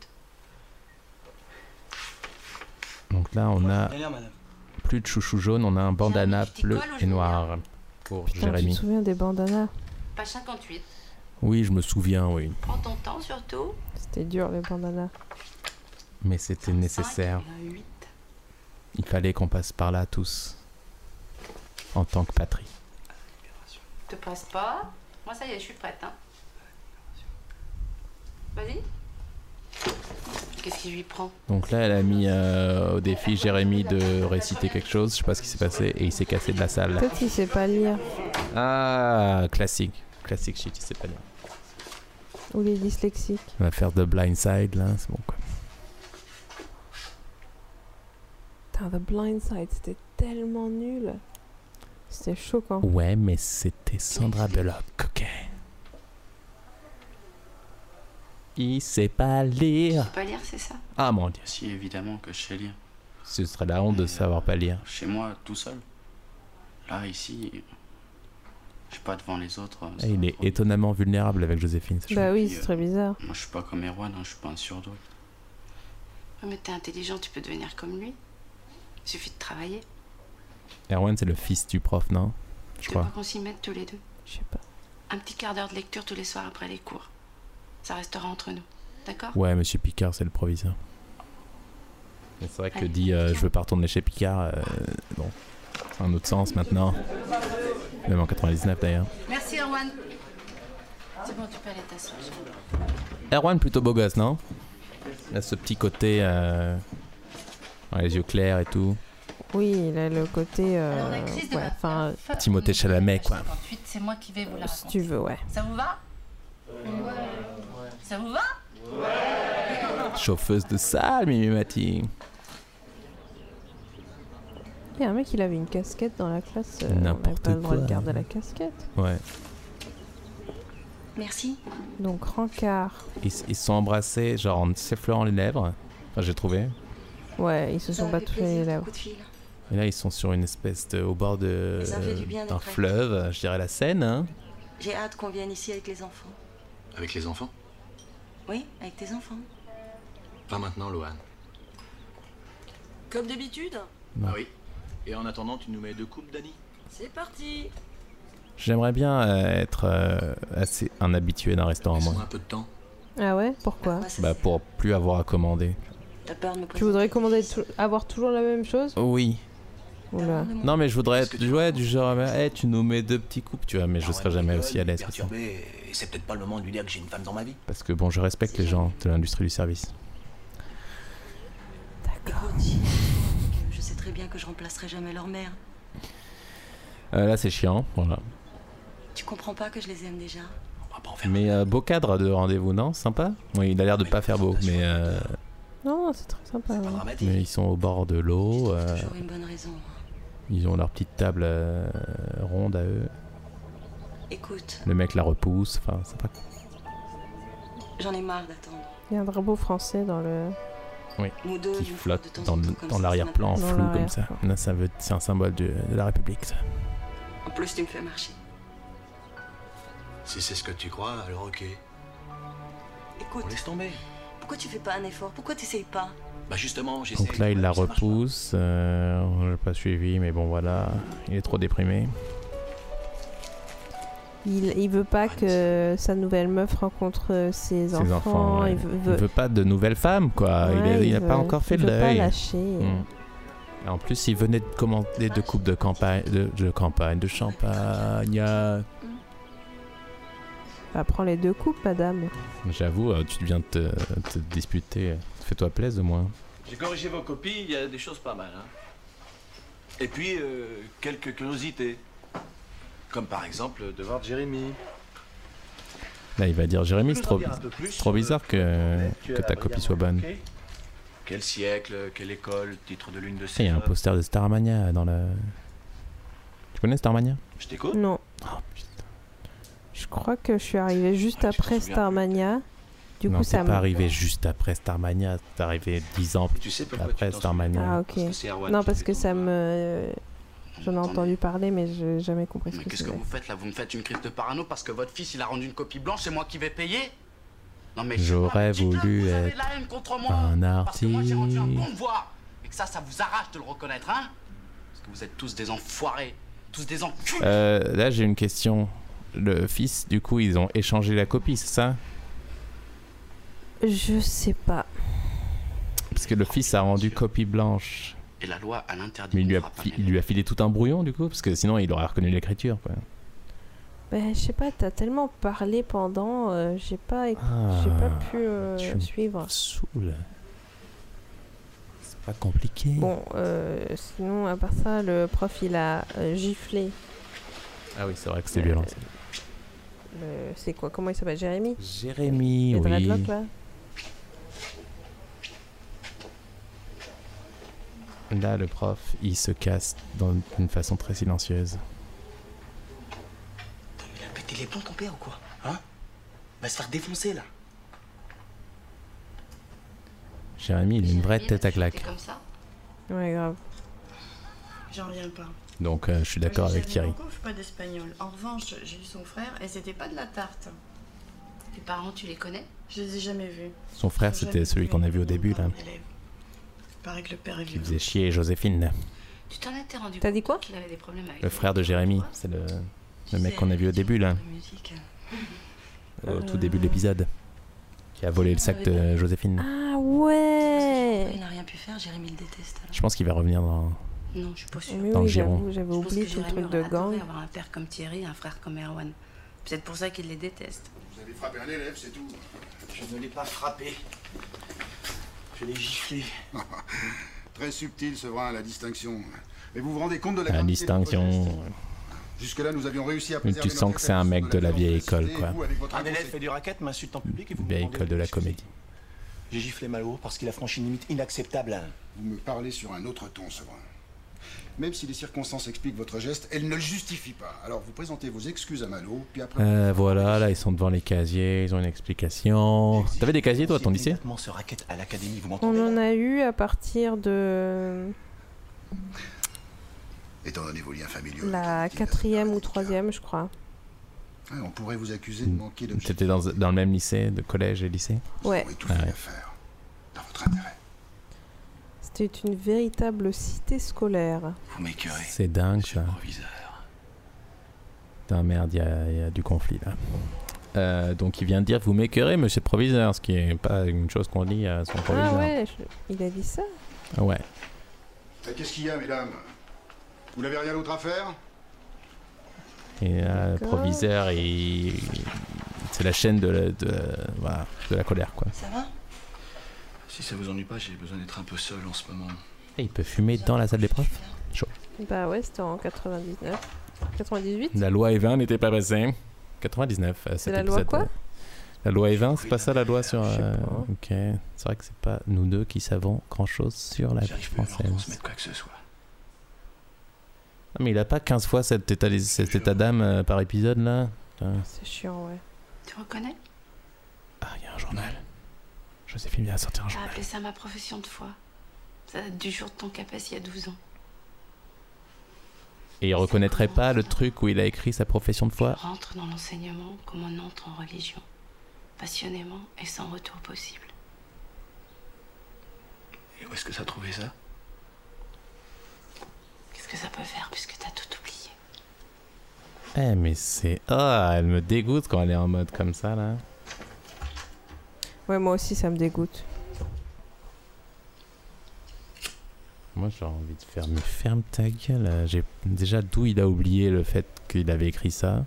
Donc là, on a D'ailleurs, madame. plus de chouchou jaune, on a un bandana bleu et noir pour Putain, tu te Jérémy. souviens des bandanas? Page cinquante-huit. Oui, je me souviens, oui. Prends ton temps surtout. C'était dur les bandanas. Mais c'était nécessaire. huit. Il fallait qu'on passe par là tous. En tant que patrie. Te presse pas. Moi ça y est, je suis prête. Hein. Vas-y. Qu'est-ce qui lui prend? Donc là, elle a mis euh, au défi Jérémy de réciter quelque chose, je sais pas ce qui s'est passé, et il s'est cassé de la salle. Peut-être qu'il sait pas lire. Ah, classique. Classique shit, il sait pas lire. Ou les dyslexiques. On va faire The Blind Side là, c'est bon quoi. Putain, The Blind Side, c'était tellement nul. C'était choquant. Ouais, mais c'était Sandra Bullock, ok. Il sait pas lire. Tu peux pas lire, c'est ça? Ah mon dieu. Si, évidemment que je sais lire. Ce serait la honte de savoir pas lire. Chez moi, tout seul. Là, ici, je suis pas devant les autres. Ah, il est étonnamment vulnérable avec Joséphine. c'est Bah chouette. oui, c'est très bizarre. Moi, je suis pas comme Erwan, hein, je suis pas un surdoué. Ouais, mais t'es intelligent, tu peux devenir comme lui. Il suffit de travailler. Erwan, c'est le fils du prof, non? Je Tu veux crois. pas qu'on s'y mette tous les deux? Je sais pas. Un petit quart d'heure de lecture tous les soirs après les cours. Ça restera entre nous, d'accord? Ouais, monsieur Picard, c'est le proviseur. Mais c'est vrai que Allez, dit euh, je veux pas retourner chez Picard, euh, bon, c'est un autre sens maintenant. Même en quatre-vingt-dix-neuf d'ailleurs. Merci, Erwan. C'est bon, tu peux aller t'asseoir. Erwan plutôt beau gosse, non? Il a ce petit côté, euh, les yeux clairs et tout. Oui, il a le côté, euh, Alors, l'actrice de ouais, la- enfin, Timothée Chalamet, quoi. Ensuite, c'est moi qui vais vous la si raconter. tu veux, ouais. Ça vous va? Ça vous va? Chauffeuse de salle, Mimi Mati. Il y a un mec, il avait une casquette dans la classe. euh, on N'importe n'avait pas le droit de quoi. garder la casquette. Ouais. Merci. Donc, rencard. Ils ils se sont embrassés, genre en s'effleurant les lèvres. Enfin, j'ai trouvé. Ouais, ils se sont pas touchés les lèvres. Et là, ils sont sur une espèce de, au bord de Ça fait du bien d'un d'être fleuve, je dirais la Seine. Hein. J'ai hâte qu'on vienne ici avec les enfants. Avec les enfants? Oui, avec tes enfants. Pas maintenant, Lohan. Comme d'habitude. Non. Ah oui. Et en attendant, tu nous mets deux coupes, Dani? C'est parti. J'aimerais bien euh, être euh, assez un habitué d'un restaurant, moi. Un peu de temps. Ah ouais? Pourquoi? Bah pour plus avoir à commander. T'as peur de me Tu voudrais commander tou- avoir toujours la même chose? Oui. Oula. Non mais je voudrais être ouais, du genre, hey, tu nous mets deux petits coupes, tu vois, mais je serais jamais aussi à l'aise que ça. Perturbé, et c'est peut-être pas le moment de lui dire que j'ai une femme dans ma vie. Parce que bon, je respecte les gens de l'industrie du service. D'accord. Je sais très bien que je remplacerai jamais leur mère. Euh, là c'est chiant, voilà. Tu comprends pas que je les aime déjà? Mais euh, beau cadre de rendez-vous, non? Sympa? Oui, il a l'air de pas faire beau, mais euh, Non, c'est très sympa. ouais. mais ils sont au bord de l'eau. euh, Toujours une bonne raison. Ils ont leur petite table euh, ronde à eux. Écoute, Le mec la repousse, enfin, sympa. j'en ai marre d'attendre. Il y a un drapeau français dans le. Oui, Nous deux, qui une fois de flotte temps dans, en le- temps, comme dans ça, l'arrière-plan ça en n'a- flou Dans comme ça. Là, ça veut, c'est un symbole de, de la République, ça. En plus, tu me fais marcher. Si c'est ce que tu crois, alors ok. Écoute, On laisse tomber. pourquoi tu fais pas un effort? Pourquoi t'essayes pas? Bah justement, j'essaie. Donc là, il la ça marche pas. repousse. Euh, on l'a pas suivi, mais bon, voilà. Il est trop déprimé. Il, il veut pas que sa nouvelle meuf rencontre ses, Ses enfants. enfants. ouais. Il veut, Il veut pas de nouvelles femmes, quoi. il a, Ouais, il a il pas veut- encore fait il le veut pas deuil. lâcher. Mm. Et en plus, il venait de commander deux coupes de campagne, de, de campagne, de champagne. Bah, prends les deux coupes, madame. J'avoue, euh, tu viens de te, te disputer. Fais-toi plaisir, au moins. J'ai corrigé vos copies, il y a des choses pas mal. Hein. Et puis, euh, quelques curiosités. Comme par exemple de voir Jérémy. Là, il va dire Jérémy, c'est trop, dire un peu plus c'est trop bizarre que, que ta copie soit bonne. Quel siècle, quelle école, titre de l'une de Il ces y a un œuvres. poster de Starmania dans la. Tu connais Starmania? Je t'écoute. Non. Je crois que je suis arrivée juste après souviens Starmania. Du non, coup, t'es ça pas me. arrivé juste après Starmania, t'es arrivé dix ans Tu sais pourquoi tu après t'en Starmania. Ah, ok. Parce que c'est Erwan Non, qui parce fait que ton ça me. J'en ai entendu parler, mais j'ai jamais compris ce Mais que qu'est-ce que c'était. vous faites là? Vous me faites une crise de parano parce que votre fils il a rendu une copie blanche, c'est moi qui vais payer? Non mais J'aurais dites-le, voulu vous avez être la haine contre moi. un Parce que moi j'ai rendu un bon artiste. devoir. Et que ça, ça vous arrache de le reconnaître, hein? Parce que vous êtes tous des enfoirés, tous des enculés. Euh, là, j'ai une question. Le fils, du coup, ils ont échangé la copie, c'est ça? Je sais pas. Parce que le fils a rendu copie blanche. Et la loi a l'interdit. Mais il lui, a, qu'on frappe fi- il lui a filé tout un brouillon, du coup? Parce que sinon, il aurait reconnu l'écriture, quoi. Bah, je sais pas, t'as tellement parlé pendant, euh, j'ai pas, éc- Ah, j'ai pas pu euh, tu me suivre. saoules. C'est pas compliqué. Bon, euh, sinon, à part ça, le prof, il a euh, giflé. Ah oui, c'est vrai que c'est violent. ça. Le... C'est quoi? Comment il s'appelle? Jérémy? Jérémy, Le oui. dreadlock, là? Là, le prof, il se casse d'une façon très silencieuse. Il a pété les plombs, ton père, ou quoi? Hein? Il va se faire défoncer, là. Jérémy, il a une vraie tête à claque. Comme ça. Ouais, grave. J'en reviens pas. Donc, euh, je suis d'accord avec Thierry. Je fais pas d'espagnol. En revanche, j'ai eu son frère et c'était pas de la tarte. Tes parents, tu les connais? Je les ai jamais vus. Son frère, c'était celui qu'on a vu au début, là. Il paraît que le père est Qui violent. faisait chier Joséphine. Tu t'en étais rendu T'as dit quoi? qu'il avait des problèmes avec Le frère de Jérémy, c'est le... Le mec qu'on a vu au début là. Au Euh. tout début de l'épisode. Qui a volé le sac de Joséphine. Ah ouais. Il n'a rien pu faire, Jérémy le déteste. alors. Je pense qu'il va revenir dans. Non, je suis pas sûre. Oui, Dans le oui, giron. j'avoue, j'avais Je pense oublié que tout le Jérémy truc de aurait gang. adoré avoir un père comme Thierry, un frère comme Erwan. Peut-être pour ça qu'il les déteste. Vous avez frappé un élève, c'est tout. Je ne l'ai pas frappé. Je l'ai giflé. Très subtil, Sevrin, la distinction. Mais vous vous rendez compte de la La gravité de votre distinction. geste? Jusque-là, nous avions réussi à Mais préserver tu sens notre que c'est un mec de la vieille école, université, quoi. vous, avec votre Un élève inconsé- fait du racket, m'insulte en public et vous me Vieille demandez école de la m'excuser. comédie. J'ai giflé Malo parce qu'il a franchi une limite inacceptable. Vous me parlez sur un autre ton, Sevrin. Même si les circonstances expliquent votre geste, elles ne le justifient pas. Alors vous présentez vos excuses à Malo, puis après... Euh, voilà, là ils sont devant les casiers, ils ont une explication. T'avais des casiers toi à ton lycée? Immédiatement ce racket à l'académie, vous On m'entendez? en a eu à partir de Étant donné vos liens familiaux... la quatrième ou troisième, je crois. Ouais, on pourrait vous accuser de manquer d'objectifs. T'étais dans, dans le même lycée, de collège et lycée? Ouais. tout Ah fait ouais. à faire. Dans votre intérêt. C'était une véritable cité scolaire. Vous m'écœurez. C'est dingue ça. Proviseur. Putain merde, il y, a- il y a du conflit là. Euh, donc il vient de dire vous m'écœurez monsieur le proviseur, ce qui est pas une chose qu'on dit à son proviseur. Ah ouais, je- il a dit ça. Ah ouais. Euh, Qu'est-ce qu'il y a, mesdames? Vous n'avez rien d'autre à faire? Et là, le D'accord. proviseur, il... c'est la chaîne de la, de, voilà, de la colère quoi. Ça va? Si ça vous ennuie pas, j'ai besoin d'être un peu seul en ce moment. Et il peut fumer dans la salle des profs? Chaud. Bah ouais, c'était en quatre-vingt-dix-neuf. quatre-vingt-dix-huit. La loi E vingt n'était pas passée. quatre-vingt-dix-neuf. euh, C'est cet la loi épisode, quoi? euh, La loi E vingt, c'est pas ça la loi sur. Je sais euh, pas. Ok. C'est vrai que c'est pas nous deux qui savons grand chose sur la vie J'arrive plus à leur française. transmettre quoi que ce soit. Ah, mais il a pas quinze fois cet état, cet état d'âme euh, par épisode là? Putain. C'est chiant, ouais. Tu reconnais? Ah, il y a un journal. Joséphine vient de sortir un J'ai journal. appelé ça ma profession de foi. Ça date du jour de ton CAPES il y a douze ans. Et il reconnaîtrait pas le truc où il a écrit sa profession de foi? Rentre dans l'enseignement comme on entre en religion. Passionnément et sans retour possible. Et où est-ce que ça a trouvé ça? Qu'est-ce que ça peut faire puisque t'as tout oublié? Eh, mais c'est. Ah, elle me dégoûte quand elle est en mode comme ça là. Ouais, moi aussi, ça me dégoûte. Moi j'ai envie de faire, mais ferme ta gueule. euh, J'ai déjà d'où il a oublié le fait qu'il avait écrit ça.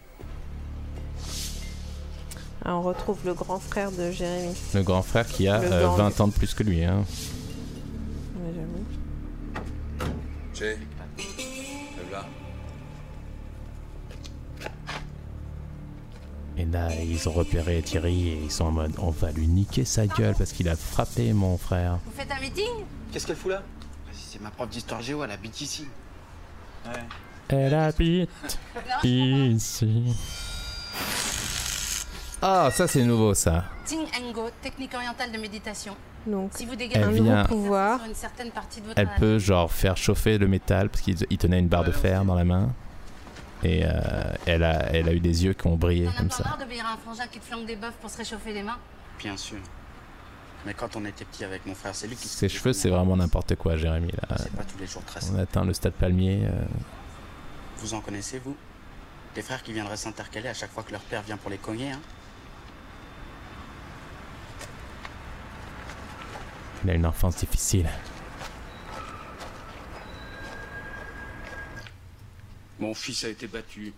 Ah, on retrouve le grand frère de Jérémy. Le grand frère qui a Le euh, gang. vingt ans de plus que lui. Hein. Ouais, j'avoue. Che, lève là. Et là ils ont repéré Thierry et ils sont en mode on va lui niquer sa gueule parce qu'il a frappé mon frère. Vous faites un meeting? Qu'est-ce qu'elle fout là? Vas-y, c'est ma prof d'histoire géo, elle habite ici. Ouais. Elle habite ici. Ah, ça c'est nouveau ça. Ting Ngo, technique orientale de méditation. Donc, Si vous Elle dégagez un vient- nouveau pouvoir. sur une certaine partie de votre Elle anatomie. peut genre faire chauffer le métal parce qu'il il tenait une barre de fer dans la main. Et euh, elle, a, elle a eu des yeux qui ont brillé T'en as comme pas ça. marre d'obéir à un frangin qui te flanque des bœufs pour se réchauffer les mains? Bien sûr. Mais quand on était petit avec mon frère, c'est lui qui... Ses cheveux c'est vraiment n'importe quoi Jérémy là. C'est pas tous les jours tracé. On atteint le stade palmier. euh, Vous en connaissez, vous? Des frères qui viendraient s'intercaler à chaque fois que leur père vient pour les cogner, hein? Il a une enfance difficile. Mon fils a été battu.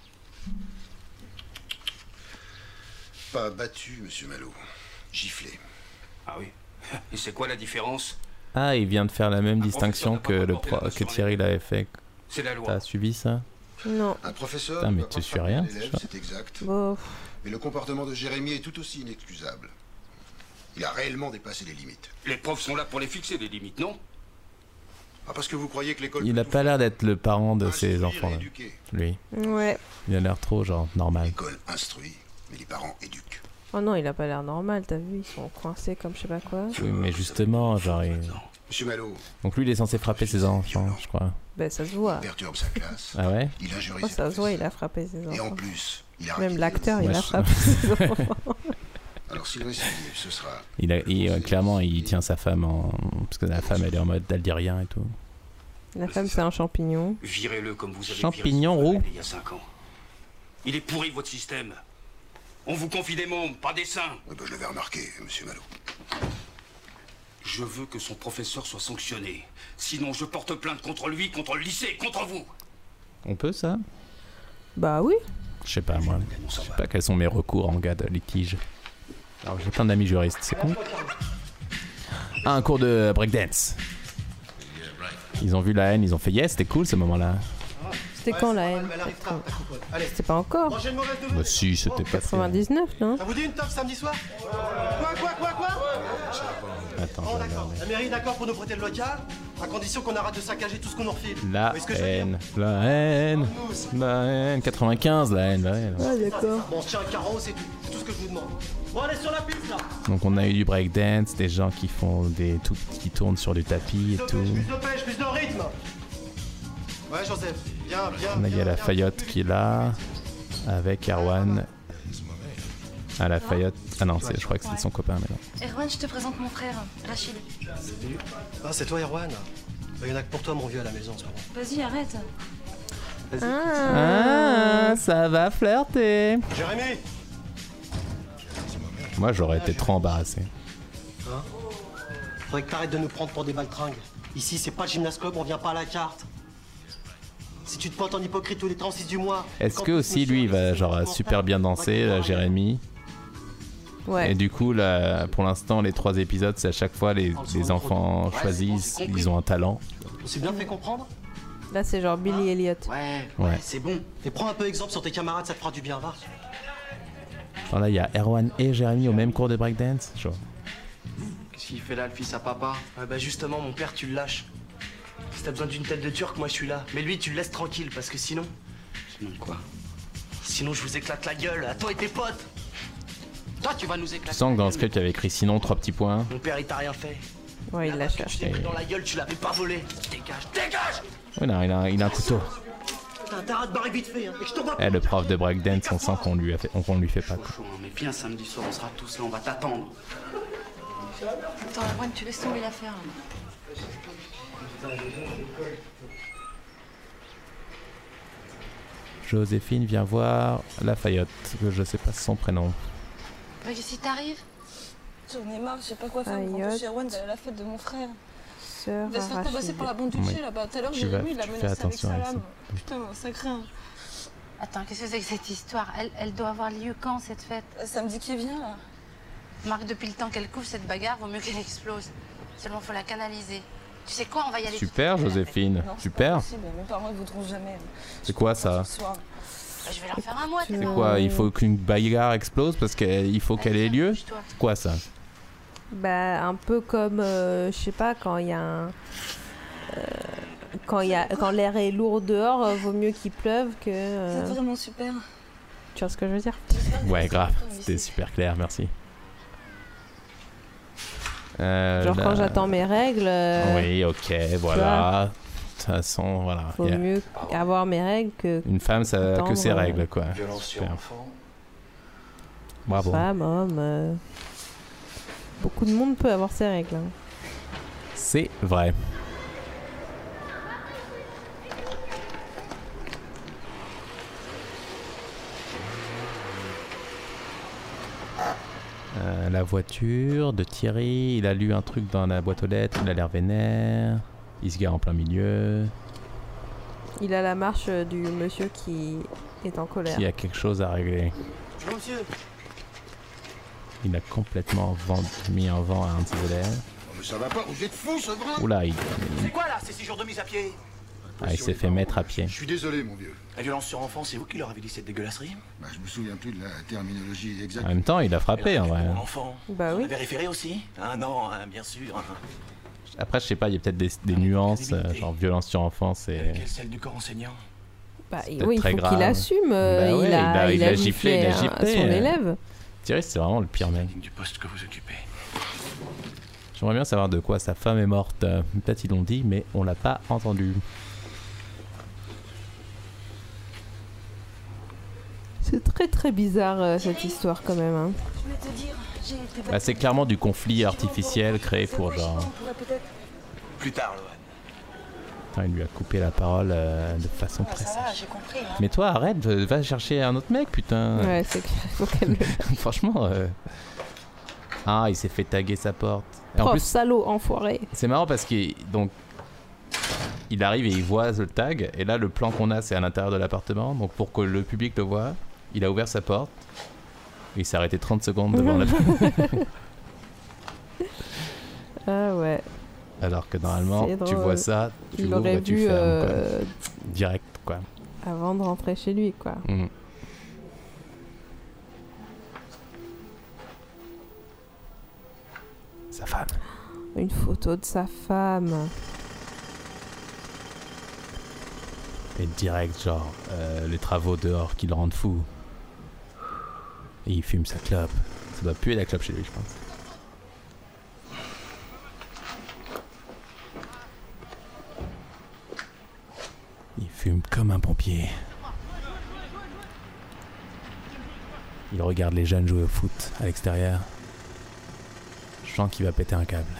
Pas battu, monsieur Malo. Giflé. Ah oui. Et c'est quoi la différence? Ah, il vient de faire la même distinction que, professeur n'a le pas pro- porté la que main sur Thierry l'avait fait. C'est la loi. T'as suivi ça? Non. Un professeur Putain, ne mais doit tu pas suis frapper rien, un élève, ça. c'est exact. Bon. Mais le comportement de Jérémy est tout aussi inexcusable. Il a réellement dépassé les limites. Les profs sont là pour les fixer, les limites, non? Ah, parce que vous croyez que l'école... Il a pas l'air d'être le parent de ses enfants là. Lui. Ouais. Il a l'air trop genre normal. L'école instruit, mais les parents éduquent. Oh non, il a pas l'air normal, t'as vu, ils sont coincés comme je sais pas quoi. Oui, mais justement, genre. il- Monsieur Malo, Donc lui, il est censé frapper ses enfants, je crois. Ben ça se voit. il perturbe sa classe. Ah ouais? Il injurie Oh, ses ça se voit, professeurs. il a frappé ses Et en enfants. plus, il a Même raquetté l'acteur, le il a Moi, frappé ses enfants. Alors s'il récidive, ce sera... Il a, il, euh, clairement, il tient sa femme en. Parce que la femme, elle est en mode, elle dit rien et tout. La femme, c'est un champignon. Virez-le comme vous avez Champignon viré roux. il y a cinq ans. Il est pourri, votre système. On vous confie des mômes, pas des saints. Oui, bah, je l'avais remarqué, monsieur Malo. Je veux que son professeur soit sanctionné. Sinon, je porte plainte contre lui, contre le lycée, contre vous. On peut ça? Bah oui. Je sais pas moi. Je sais pas quels sont mes recours en cas de litige. Alors j'ai plein d'amis juristes, c'est con. Ah, un cours de breakdance. Ils ont vu la haine, ils ont fait yes, c'était cool ce moment-là. C'était quand la haine? C'était pas encore. Bah si, c'était pas fait. quatre-vingt-dix-neuf, non? Ça vous dit une teuf samedi soir? Quoi, quoi, quoi, quoi? Attends, Bon, je vais d'accord. regarder. La mairie est d'accord pour nous prêter le local, à condition qu'on arrête de saccager tout ce qu'on nous refile. La Vous voyez ce que je veux dire? haine, la haine, la haine, quatre-vingt-quinze, la haine, la haine. Ah d'accord. Bon, on se tient un carreau, c'est tout. C'est tout ce que je vous demande. Bon, allez sur la piste là. Donc on a eu du breakdance, des gens qui font des tout, qui tournent sur du tapis et tout. Plus de pêche, plus de rythme. Ouais, Joseph, viens, viens. On a eu la Fayotte qui est là, avec Erwan. Ah la Fayotte, ah non, c'est- je crois que c'est son copain maintenant. Erwan, je te présente mon frère, Rachid. Salut. Ah, c'est toi, Erwan? Il y en a que pour toi, mon vieux, à la maison en ce moment. Vas-y, arrête. Ah, ça va flirter. Jérémy. Moi j'aurais été trop embarrassé. Hein? Faudrait que t'arrêtes de nous prendre pour des baltringues. Ici, c'est pas le gymnascope, on vient pas à la carte. Si tu te pointes en hypocrite tous les trente-six du mois. Est-ce que aussi lui il va genre super bien danser, là, Jérémy? Ouais. Et du coup là, pour l'instant les trois épisodes c'est à chaque fois les, les enfants choisis, ils ont un talent. On s'est bien fait comprendre? Là c'est genre Billy Elliot. Ouais, Ouais. c'est bon. Et prends un peu exemple sur tes camarades, ça te fera du bien, va. Alors là il y a Erwan et Jérémy au même cours de breakdance. Genre. Qu'est-ce qu'il fait là, le fils à papa? Ah bah justement, mon père, tu le lâches. Si t'as besoin d'une tête de turc, moi je suis là. Mais lui, tu le laisses tranquille, parce que sinon... Sinon quoi? Sinon, je vous éclate la gueule, à toi et tes potes. Toi, tu vas nous Tu éclater. sens que dans le script il y avait écrit sinon trois petits points. Mon père, il t'a rien fait. Ouais, il l'a Tu t'es cherché. pris dans la gueule, tu l'avais pas volé. Dégage, dégage! Oui non, il a, il a un couteau. T'as intérêt à te barrer vite fait, hein. Et que je t'envoie. Eh, le prof de breakdance, on sent qu'on lui a fait, qu'on lui fait pas. Quoi. Chaud, hein, mais viens samedi soir, on sera tous là, on va t'attendre. Attends, Erwan, tu laisses tomber l'affaire là. Joséphine vient voir la Fayotte, que je sais pas son prénom. Bah, qu'est-ce qui t'arrive? J'en ai marre, je sais pas quoi faire. Aïe, Pour chez Erwan d'aller à la fête de mon frère. Sœur Il va se faire tabasser par la bande du Oui. Tché là-bas. Tout à l'heure, Tu vas- Jérémy, il l'a tu fais menacé avec attention sa avec lame. ça. Putain, ça craint. Attends, qu'est-ce que c'est que cette histoire? elle, elle doit avoir lieu quand, cette fête? Samedi qui vient, là. Marc, depuis le temps qu'elle couvre cette bagarre, vaut mieux qu'elle explose. Seulement, faut la canaliser. Tu sais quoi, on va y aller. Super Joséphine, Non, c'est super. pas possible, mes parents ils voudront jamais. C'est quoi ça? Ce soir. Bah, je vais leur faire un mois. C'est quoi? Il faut qu'une bagarre explose parce qu'il faut qu'elle ait lieu? C'est quoi ça? Bah un peu comme, euh, je sais pas, quand il y a un... euh, quand il y a, quand l'air est lourd dehors, euh, vaut mieux qu'il pleuve que... euh, C'est vraiment super. Tu vois ce que je veux dire? Ouais, grave, c'était super clair, merci. Euh, Genre là- quand j'attends mes règles... euh, Oui, ok, voilà. De toute façon, voilà. Vaut Y a- mieux avoir mes règles que... Une femme, ça a que attendre, ses euh, règles, quoi. Violence sur Super. enfant. Bravo. Femme, homme... euh, Beaucoup de monde peut avoir ses règles. hein. C'est vrai. Euh, la voiture de Thierry, il a lu un truc dans la boîte aux lettres, il a l'air vénère, il se gare en plein milieu, Il a la marche euh, du monsieur qui est en colère. il y a quelque chose à régler. Bonjour, monsieur. Il a complètement vent- mis un vent à un de ses élèves. Oh, mais ça va pas, vous êtes fous, ce brin. Oula, il, C'est quoi là, ces six jours de mise à pied? ah, il s'est fait mettre à pied. Je suis désolé, mon vieux. La violence sur enfant, c'est vous qui leur avez dit cette dégueulasserie? Bah, je me souviens plus de la terminologie En exacte. même temps, il a frappé en vrai. Mon enfant. Bah Vous oui. l'avez référé aussi? Ah non, hein, bien sûr. hein. Après, je sais pas, il y a peut-être des, des nuances, euh, genre violence sur enfance et. Quelle celle du corps enseignant? Bah, C'est oui, peut-être il très faut grave. qu'il assume. euh, Bah ouais, il, a, il, a, giflé, il a hein, giflé, son euh. élève. Thierry, c'est vraiment le pire mec. Du poste que vous occupez. J'aimerais bien savoir de quoi sa femme est morte. Euh, Peut-être ils l'ont dit, mais on l'a pas entendu. C'est très très bizarre euh, cette histoire quand même. hein. Je voulais te dire, j'ai été Bah, c'est clairement du conflit artificiel créé pour genre. On pourrait peut-être. Plus tard, Lohan. Putain, il lui a coupé la parole euh, de façon Ah, très ça va, sèche. j'ai compris. Hein. Mais toi, arrête, va va chercher un autre mec, putain. Ouais, c'est clair. Faut qu'elle le- Franchement. euh, Ah, il s'est fait taguer sa porte. Et en Prof, plus, salaud, enfoiré. c'est marrant parce qu'il donc il arrive et il voit le tag et là le plan qu'on a c'est à l'intérieur de l'appartement donc pour que le public le voit, il a ouvert sa porte et il s'est arrêté trente secondes devant la Ah ouais. alors que normalement C'est tu drôle. vois ça, tu Il l'ouvres aurait et tu vu fermes euh, quoi. Direct quoi. avant de rentrer chez lui, quoi. Mm. Sa femme. Une photo de sa femme. Et direct genre euh, les travaux dehors qui le rendent fou. Et il fume sa clope. Ça doit puer la clope chez lui je pense. Il fume comme un pompier. Il regarde les jeunes jouer au foot à l'extérieur. Je sens qu'il va péter un câble.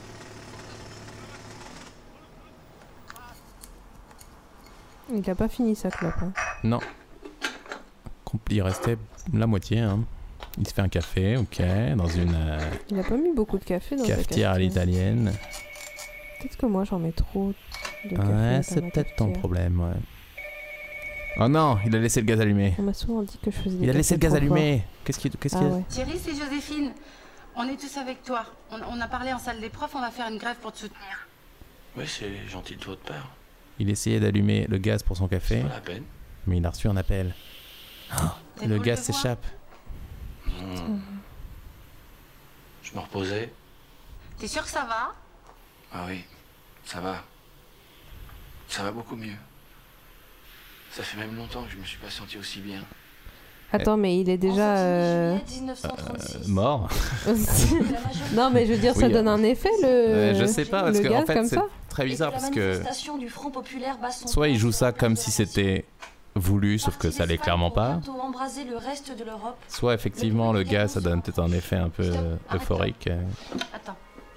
Il a pas fini sa clope. Hein. Non. Il restait la moitié. Hein. Il se fait un café, ok, dans une euh, Il a pas mis beaucoup de café dans sa cafetière à l'italienne. Peut-être que moi j'en mets trop de café. Ouais, dans c'est ma peut-être ton cafetière. problème, ouais. Oh non, il a laissé le gaz allumé. On m'a souvent dit que je faisais des Il a laissé le cafés gaz trop allumé. Qu'est-ce qu'il qu'est-ce Ah qu'il y a ouais. Thierry, c'est Joséphine. On est tous avec toi. On, on a parlé en salle des profs, on va faire une grève pour te soutenir. Oui, c'est gentil de votre part. Il essayait d'allumer le gaz pour son café, Pas la peine. mais il a reçu un appel. Ah, T'es le cool gaz de voir. s'échappe. Hmm. Je me reposais. T'es sûr que ça va? Ah oui, ça va. Ça va beaucoup mieux. Ça fait même longtemps que je me suis pas senti aussi bien. Attends, mais il est déjà. euh, Euh, mort. non, mais je veux dire, ça Oui, donne un effet le. Euh, je sais pas, parce le que gaz en fait, comme c'est ça très bizarre parce que manifestation du Front populaire bat son soit il joue ça comme si c'était voulu, sauf que ça l'est clairement pas. bientôt embraser le reste de l'Europe. Soit effectivement le gaz, ça donne peut-être un effet un peu euh, euphorique. euh. Attends.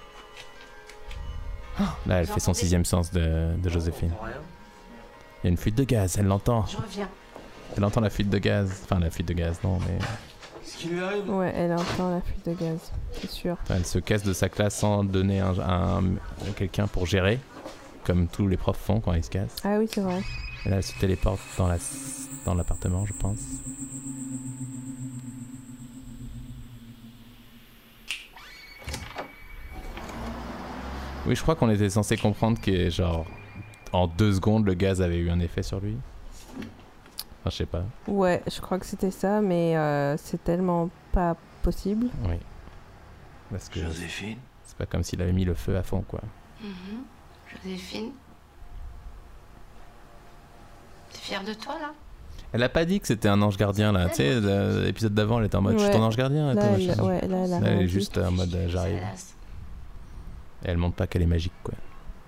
Là, elle fait son sixième sens de, de Joséphine. Il y a une fuite de gaz, elle l'entend. Je reviens. Elle entend la fuite de gaz. Enfin, la fuite de gaz, non, mais. Qu'est-ce qui lui arrive? Ouais, elle entend la fuite de gaz, c'est sûr. Elle se casse de sa classe sans donner un, un- quelqu'un pour gérer, comme tous les profs font quand ils se cassent. Ah oui, c'est vrai. Et là, elle se téléporte dans la dans l'appartement, je pense. Oui, je crois qu'on était censé comprendre que, genre, en deux secondes, le gaz avait eu un effet sur lui. Enfin, je sais pas. Ouais, je crois que c'était ça, mais euh, c'est tellement pas possible. Oui. Parce que Joséphine. c'est pas comme s'il avait mis le feu à fond, quoi. Mhm. Joséphine. T'es fière de toi, là? Elle a pas dit que c'était un ange gardien, là. Tu sais, le- l'épisode d'avant, elle était en mode, je suis Ouais. ton ange gardien. Là, toi, elle- machin. ouais, là, elle a elle rien est dit. juste en mode, euh, j'arrive. Et elle montre pas qu'elle est magique, quoi.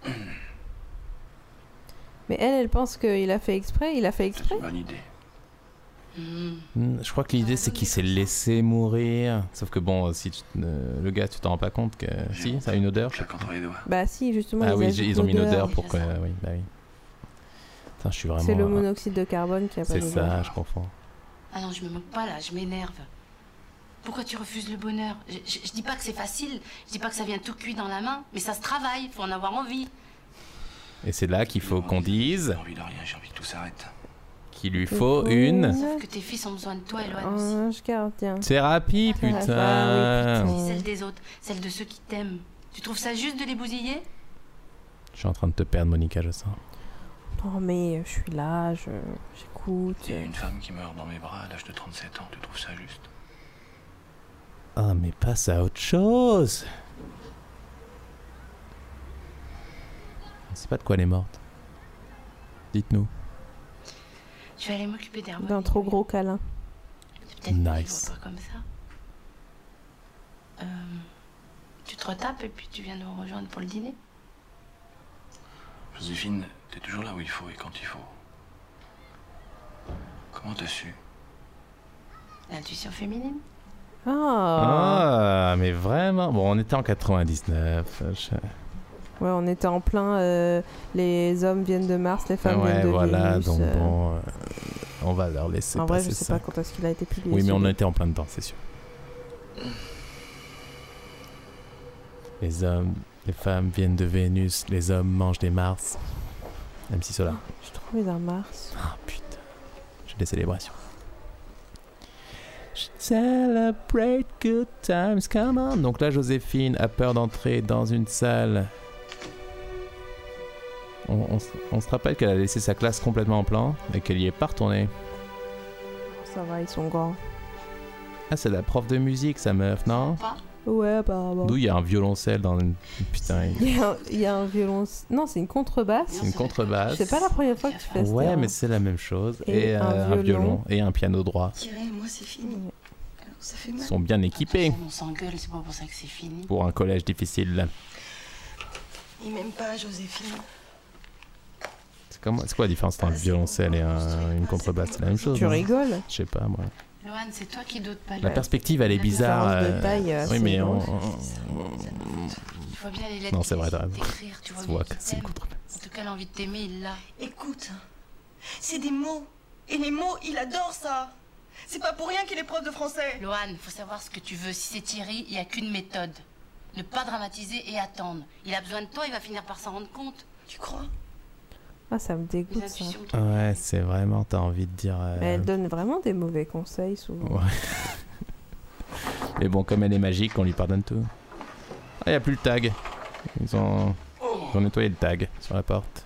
Mais elle, elle pense qu'il a fait exprès. Il a fait exprès. Bonne idée. Hmm, Je crois que l'idée c'est qu'il s'est laissé mourir. Sauf que bon, si tu- euh, le gars, tu t'en rends pas compte que si, ça a une odeur. je sais pas. Entre les doigts. Bah si, justement. Ah ils oui, ajoutent j'ai- ils ont mis une l'odeur. odeur pour que. Oui, bah oui. Putain, je suis vraiment. C'est le euh, monoxyde de carbone qui a pas C'est d'odeur. ça, je confonds. Ah non, je me moque pas, là, je m'énerve. Pourquoi tu refuses le bonheur? je, je, je dis pas que c'est facile, je dis pas que ça vient tout cuit dans la main, mais ça se travaille, faut en avoir envie. Et c'est là qu'il faut qu'on dise J'ai envie de rien, j'ai envie que tout s'arrête. qu'il lui faut une Sauf que tes fils ont besoin de toi, Eloane Un aussi. ange gardien. thérapie, Ah oui, putain. Aussi celle des autres, celle de ceux qui t'aiment. Tu trouves ça juste de les bousiller? Je suis en train de te perdre, Monica, je sens. Non mais je suis là, je j'écoute. Il y a une femme qui meurt dans mes bras à l'âge de trente-sept ans, tu trouves ça juste? Ah, mais passe à autre chose. On sait pas de quoi elle est morte. Dites-nous. Je vais aller m'occuper d'Hermione. D'un trop gros câlin. Peut-être mieux, Nice. je vois pas comme ça. Euh, tu te retapes et puis tu viens nous rejoindre pour le dîner? Joséphine, t'es toujours là où il faut et quand il faut. Comment t'as su? L'intuition féminine? Ah. Ah, mais vraiment. Bon, on était en quatre-vingt-dix-neuf. Je- Ouais, on était en plein. Euh, les hommes viennent de Mars, les femmes ouais, viennent de voilà, Vénus. donc euh... bon, euh, on va leur laisser En passer vrai, je sais ça. pas quand est-ce qu'il a été publié. Oui, mais on celui-là. était en plein dedans, c'est sûr. Les hommes, les femmes viennent de Vénus, les hommes mangent des Mars. M C Solar. J'ai trouvé d'un Mars. Ah putain, j'ai des célébrations. Celebrate good times, come on. Donc là, Joséphine a peur d'entrer dans une salle. On, on, s- on se rappelle qu'elle a laissé sa classe complètement en plan et qu'elle y est pas retournée. Ça va, ils sont grands. Ah, c'est la prof de musique, sa meuf, non? Ouais, apparemment. D'où il y a un violoncelle dans une... Putain, il- Il y, a un- il y a un violon. Non, c'est une contrebasse. c'est une contrebasse. C'est pas la première fois que tu fais ça. Ouais, mais c'est la même chose. Et Et, un euh, un violon. violon et un piano droit. Thierry, moi c'est fini. Alors ça fait Ils mal. sont bien équipés On s'engueule, c'est pas pour ça que c'est fini. pour un collège difficile. Il m'aime pas, Joséphine. C'est comment- c'est quoi la différence entre un violoncelle et un- une contrebasse? C'est la même chose. Tu non rigoles? Je sais pas, moi. Lohan, c'est toi qui doutes pas. La perspective, elle est bizarre. différence de euh, taille, euh, oui, assez mais on... grande. Tu vois bien les lettres Non, c'est qu'il vrai, t'as essaie raison. d'écrire, tu vois Se bien voit qu'il que c'est une t'aime. contrebasse. En tout cas, l'envie de t'aimer, il l'a. Écoute, c'est des mots. Et les mots, il adore ça. C'est pas pour rien qu'il est prof de français. Lohan, faut savoir ce que tu veux. Si c'est Thierry, il n'y a qu'une méthode. Ne pas dramatiser et attendre. Il a besoin de toi, il va finir par s'en rendre compte. Tu crois? Ah, ça me dégoûte ça. Ouais, c'est vraiment, t'as envie de dire... euh, Mais elle donne vraiment des mauvais conseils souvent. Ouais. Mais bon, comme elle est magique, on lui pardonne tout. Ah, il a plus le tag. Ils ont... Ils ont nettoyé le tag sur la porte.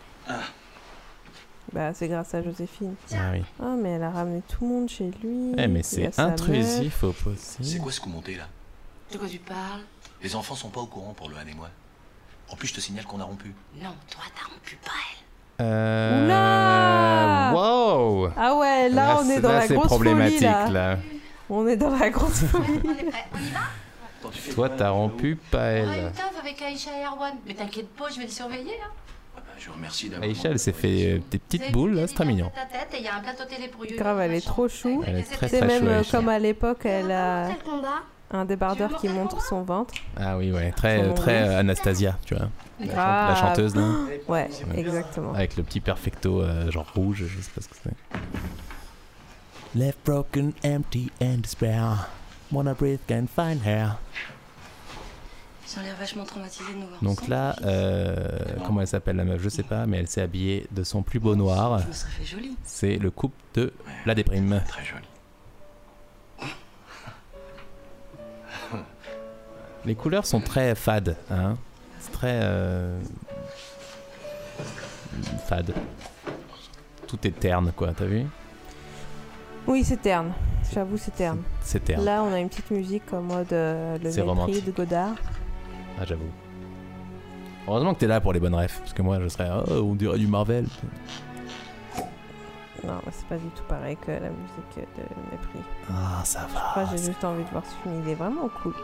Bah, c'est grâce à Joséphine. Ah oui. Ah, mais elle a ramené tout le monde chez lui. Eh, mais Il y a c'est sa intrusif meuf. au possible. C'est quoi ce coup monté là? De quoi tu parles? Les enfants sont pas au courant pour Lohan et moi. En plus, je te signale qu'on a rompu. Non, toi, t'as rompu pas elle. Euh... Oula Wow. Ah ouais, là, on est dans là, la c'est grosse problématique, folie là. là. On est dans la grosse folie. Toi, t'as rompu, pas On aura elle. une taf avec Aïcha et Erwan. Mais t'inquiète pas, je vais le surveiller. Hein. Je vous remercie d'avoir. Aïcha, elle s'est fait euh, des petites boules, là, c'est très mignon. Ta tête et il y a un plateau télé pour you. Grave, elle est trop chou. Elle est très, C'est très même chou, euh, Aïcha. comme à l'époque, elle a un débardeur qui montre son ventre. Ah oui, ouais, très, Son très nombril. euh, Anastasia, tu vois. La, chan- Grave. la chanteuse, là. Ouais, exactement. Avec le petit perfecto, euh, genre rouge, je sais pas ce que c'est. Left broken, empty and despair. Wanna breathe, can't find her. J'ai l'air vachement traumatisée de nous voir. Donc là, euh, comment elle s'appelle la meuf, je sais pas, mais elle s'est habillée de son plus beau noir. Je me serais fait jolie. C'est le couple de la déprime. Très joli. Les couleurs sont très fades, hein. C'est très euh, fade. Tout est terne, quoi. T'as vu? Oui, c'est terne. J'avoue, c'est terne. C'est terne. Là, on a une petite musique en mode euh, Le C'est Mépris romantique. de Godard. Ah, j'avoue. Heureusement que t'es là pour les bonnes refs, parce que moi, je serais, oh, on dirait du Marvel. Non, mais c'est pas du tout pareil que la musique de Mépris. Ah, ça va. Je crois que j'ai juste envie de voir ce film. Il est vraiment cool.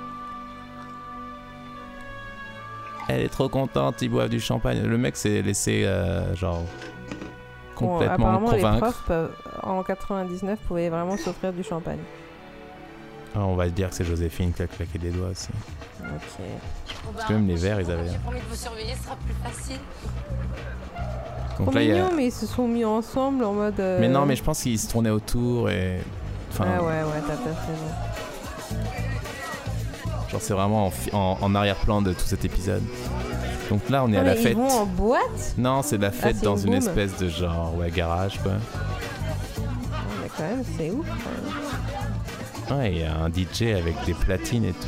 Elle est trop contente, ils boivent du champagne. Le mec s'est laissé, euh, genre, Bon, complètement apparemment, les convaincre. profs peuvent, en quatre-vingt-dix-neuf pouvaient vraiment s'offrir du champagne. Ah, on va se dire que c'est Joséphine qui a claqué des doigts aussi. Ok. Parce que même les verres, ils avaient. J'ai promis de vous surveiller, ce sera plus facile. Donc Trop là, il y a... mignon, mais ils se sont mis ensemble en mode. euh, Mais non, mais je pense qu'ils se tournaient autour et. Enfin, Ah ouais, ouais, t'as peut-être raison. genre, c'est vraiment en, fi- en- en arrière-plan de tout cet épisode. Donc là, on est Ah, à la mais fête. Ils vont en boîte. Non, c'est la Ah, fête c'est dans une une boum. espèce de genre, ouais, garage, quoi. Mais quand même, c'est ouf. quand même. Ouais, il y a un D J avec des platines et tout.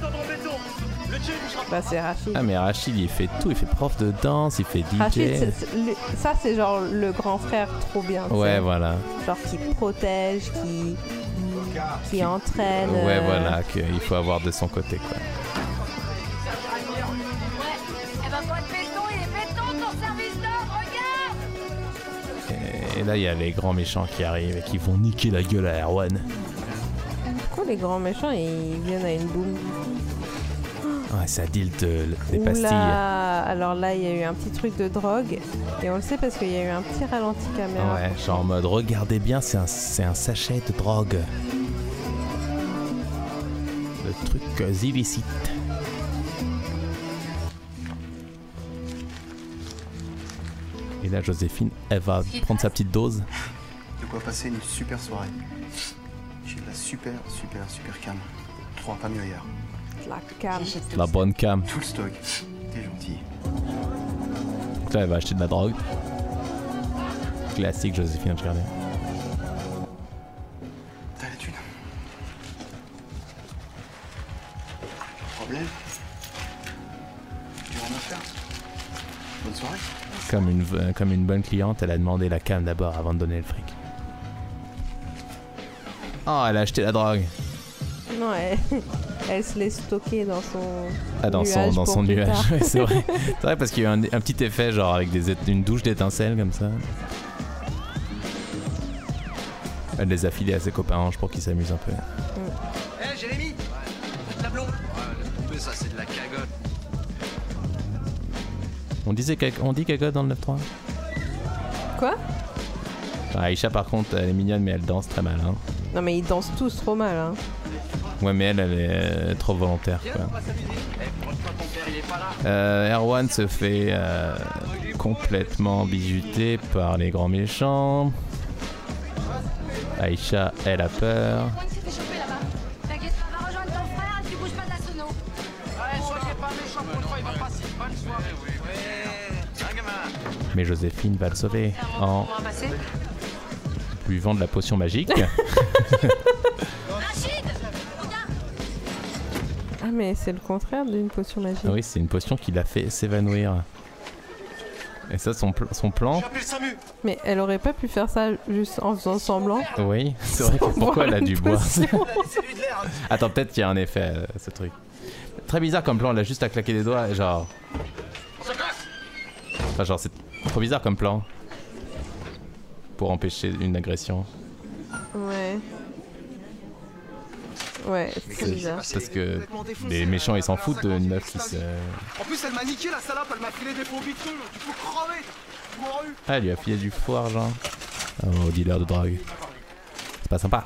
Bah, c'est Rachid. Ah, mais Rachid, il fait tout. Il fait prof de danse, il fait D J. Rachid, c'est- c'est- le- ça, c'est genre le grand frère trop bien. tu Ouais, sais. voilà. Genre qui protège, qui, qui entraîne. Ouais, euh, voilà, qu'il faut avoir de son côté, quoi. Eh ben, pas de béton, il est béton ton service d'ordre, regarde! Et, et là, il y a les grands méchants qui arrivent et qui vont niquer la gueule à Erwan. Pourquoi les grands méchants ils viennent à une boum? Ouais, ça deal de, des Oula. pastilles. Alors là, il y a eu un petit truc de drogue. Et on le sait parce qu'il y a eu un petit ralenti caméra. Ouais, genre en mode, regardez bien, c'est un, c'est un sachet de drogue. Le truc euh, illicite. Et là, Joséphine, elle va prendre sa petite dose. De quoi passer une super soirée. J'ai de la super, super, super cam. Trois, pas mieux ailleurs. La cam. La bonne cam. Tout le stock. T'es gentil. Donc là, elle va acheter de la drogue. Classique Joséphine Amsterdam. T'as la thune. Problème? Tu vas rien faire? Bonne soirée. Comme une, euh, comme une bonne cliente, elle a demandé la cam d'abord avant de donner le fric. Oh, elle a acheté la drogue. Non, elle, elle se l'est stockée dans son Ah, dans nuage. son, dans pour son plus nuage, tard. ouais, c'est vrai. C'est vrai parce qu'il y a eu un, un petit effet, genre avec des, ét- une douche d'étincelles comme ça. Elle les a filés à ses copains anges pour qu'ils s'amusent un peu. Hé, hey, Jérémy, faites la blonde. Ouais, laisse tomber, ça, c'est de la cagotte. On disait cac- on dit cagotte dans le neuf trois. Quoi? Ah, Aïcha par contre, elle est mignonne mais elle danse très mal. Hein. Non, mais ils dansent tous trop mal. Hein. Ouais, mais elle, elle est euh, trop volontaire quoi. Euh, Erwan se fait euh, complètement bijuter par les grands méchants. Aïcha, elle a peur. T'inquiète pas, va rejoindre ton frère et tu bouges pas de la sono. Ouais, soyez pas méchants pour une fois, il va passer une bonne soirée. Ouais, un gamin. Mais Joséphine va le sauver en On va passer. buvant de la potion magique. Ah, mais c'est le contraire d'une potion magique. Ah oui, c'est une potion qui l'a fait s'évanouir. Et ça, son, pl- son plan. Mais elle aurait pas pu faire ça juste en faisant semblant. Oui, c'est vrai que pourquoi elle a dû boire. potion. Attends, peut-être qu'il y a un effet, euh, ce truc. Très bizarre comme plan, elle a juste à claquer des doigts, et genre. Enfin, genre, c'est trop bizarre comme plan. Pour empêcher une agression. Ouais. Ouais, c'est bizarre. Parce que les méchants ils s'en foutent d'une meuf qui se. En plus, elle m'a niqué la salope, elle m'a filé des faux bitrules, tu peux crever. Mouru. Ah, elle lui a filé du faux argent. Oh, au dealer de drogue. C'est pas sympa.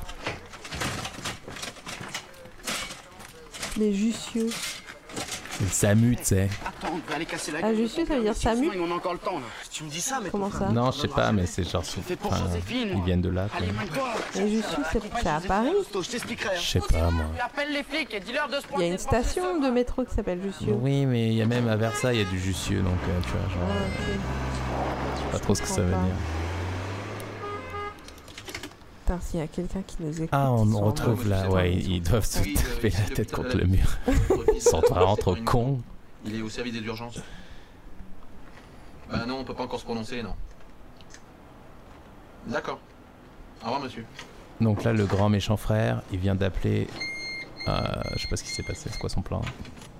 Les Jussieu. Il s'amuse, tu sais. Attends, on devait aller casser la Ah, Jussieu, ça veut dire Samu? On a encore le temps là. Tu me dis ça, mais Comment ça? Non, je sais pas, mais c'est genre. pour Enfin, Joséphine. ils viennent de là. quoi. Les Jussieu, c'est c'est à Paris. Je t'expliquerai. Je sais pas, moi. Appelle les flics et dis-leur de se Il y a une station de métro qui s'appelle Jussieu. Oui, mais il y a même à Versailles, il y a du Jussieu, donc euh, tu vois, genre. Ah, ok. Je sais pas trop ce que ça veut comprends dire. Putain, s'il y a quelqu'un qui nous écoute. Ah, on ils sont retrouve en- là, ouais, ils doivent se taper la tête contre le mur. Ils sont vraiment trop cons. Il est au service des urgences. Bah non, on peut pas encore se prononcer, non. D'accord. Au revoir, monsieur. Donc là, le grand méchant frère, il vient d'appeler. Euh, je sais pas ce qui s'est passé, c'est quoi son plan?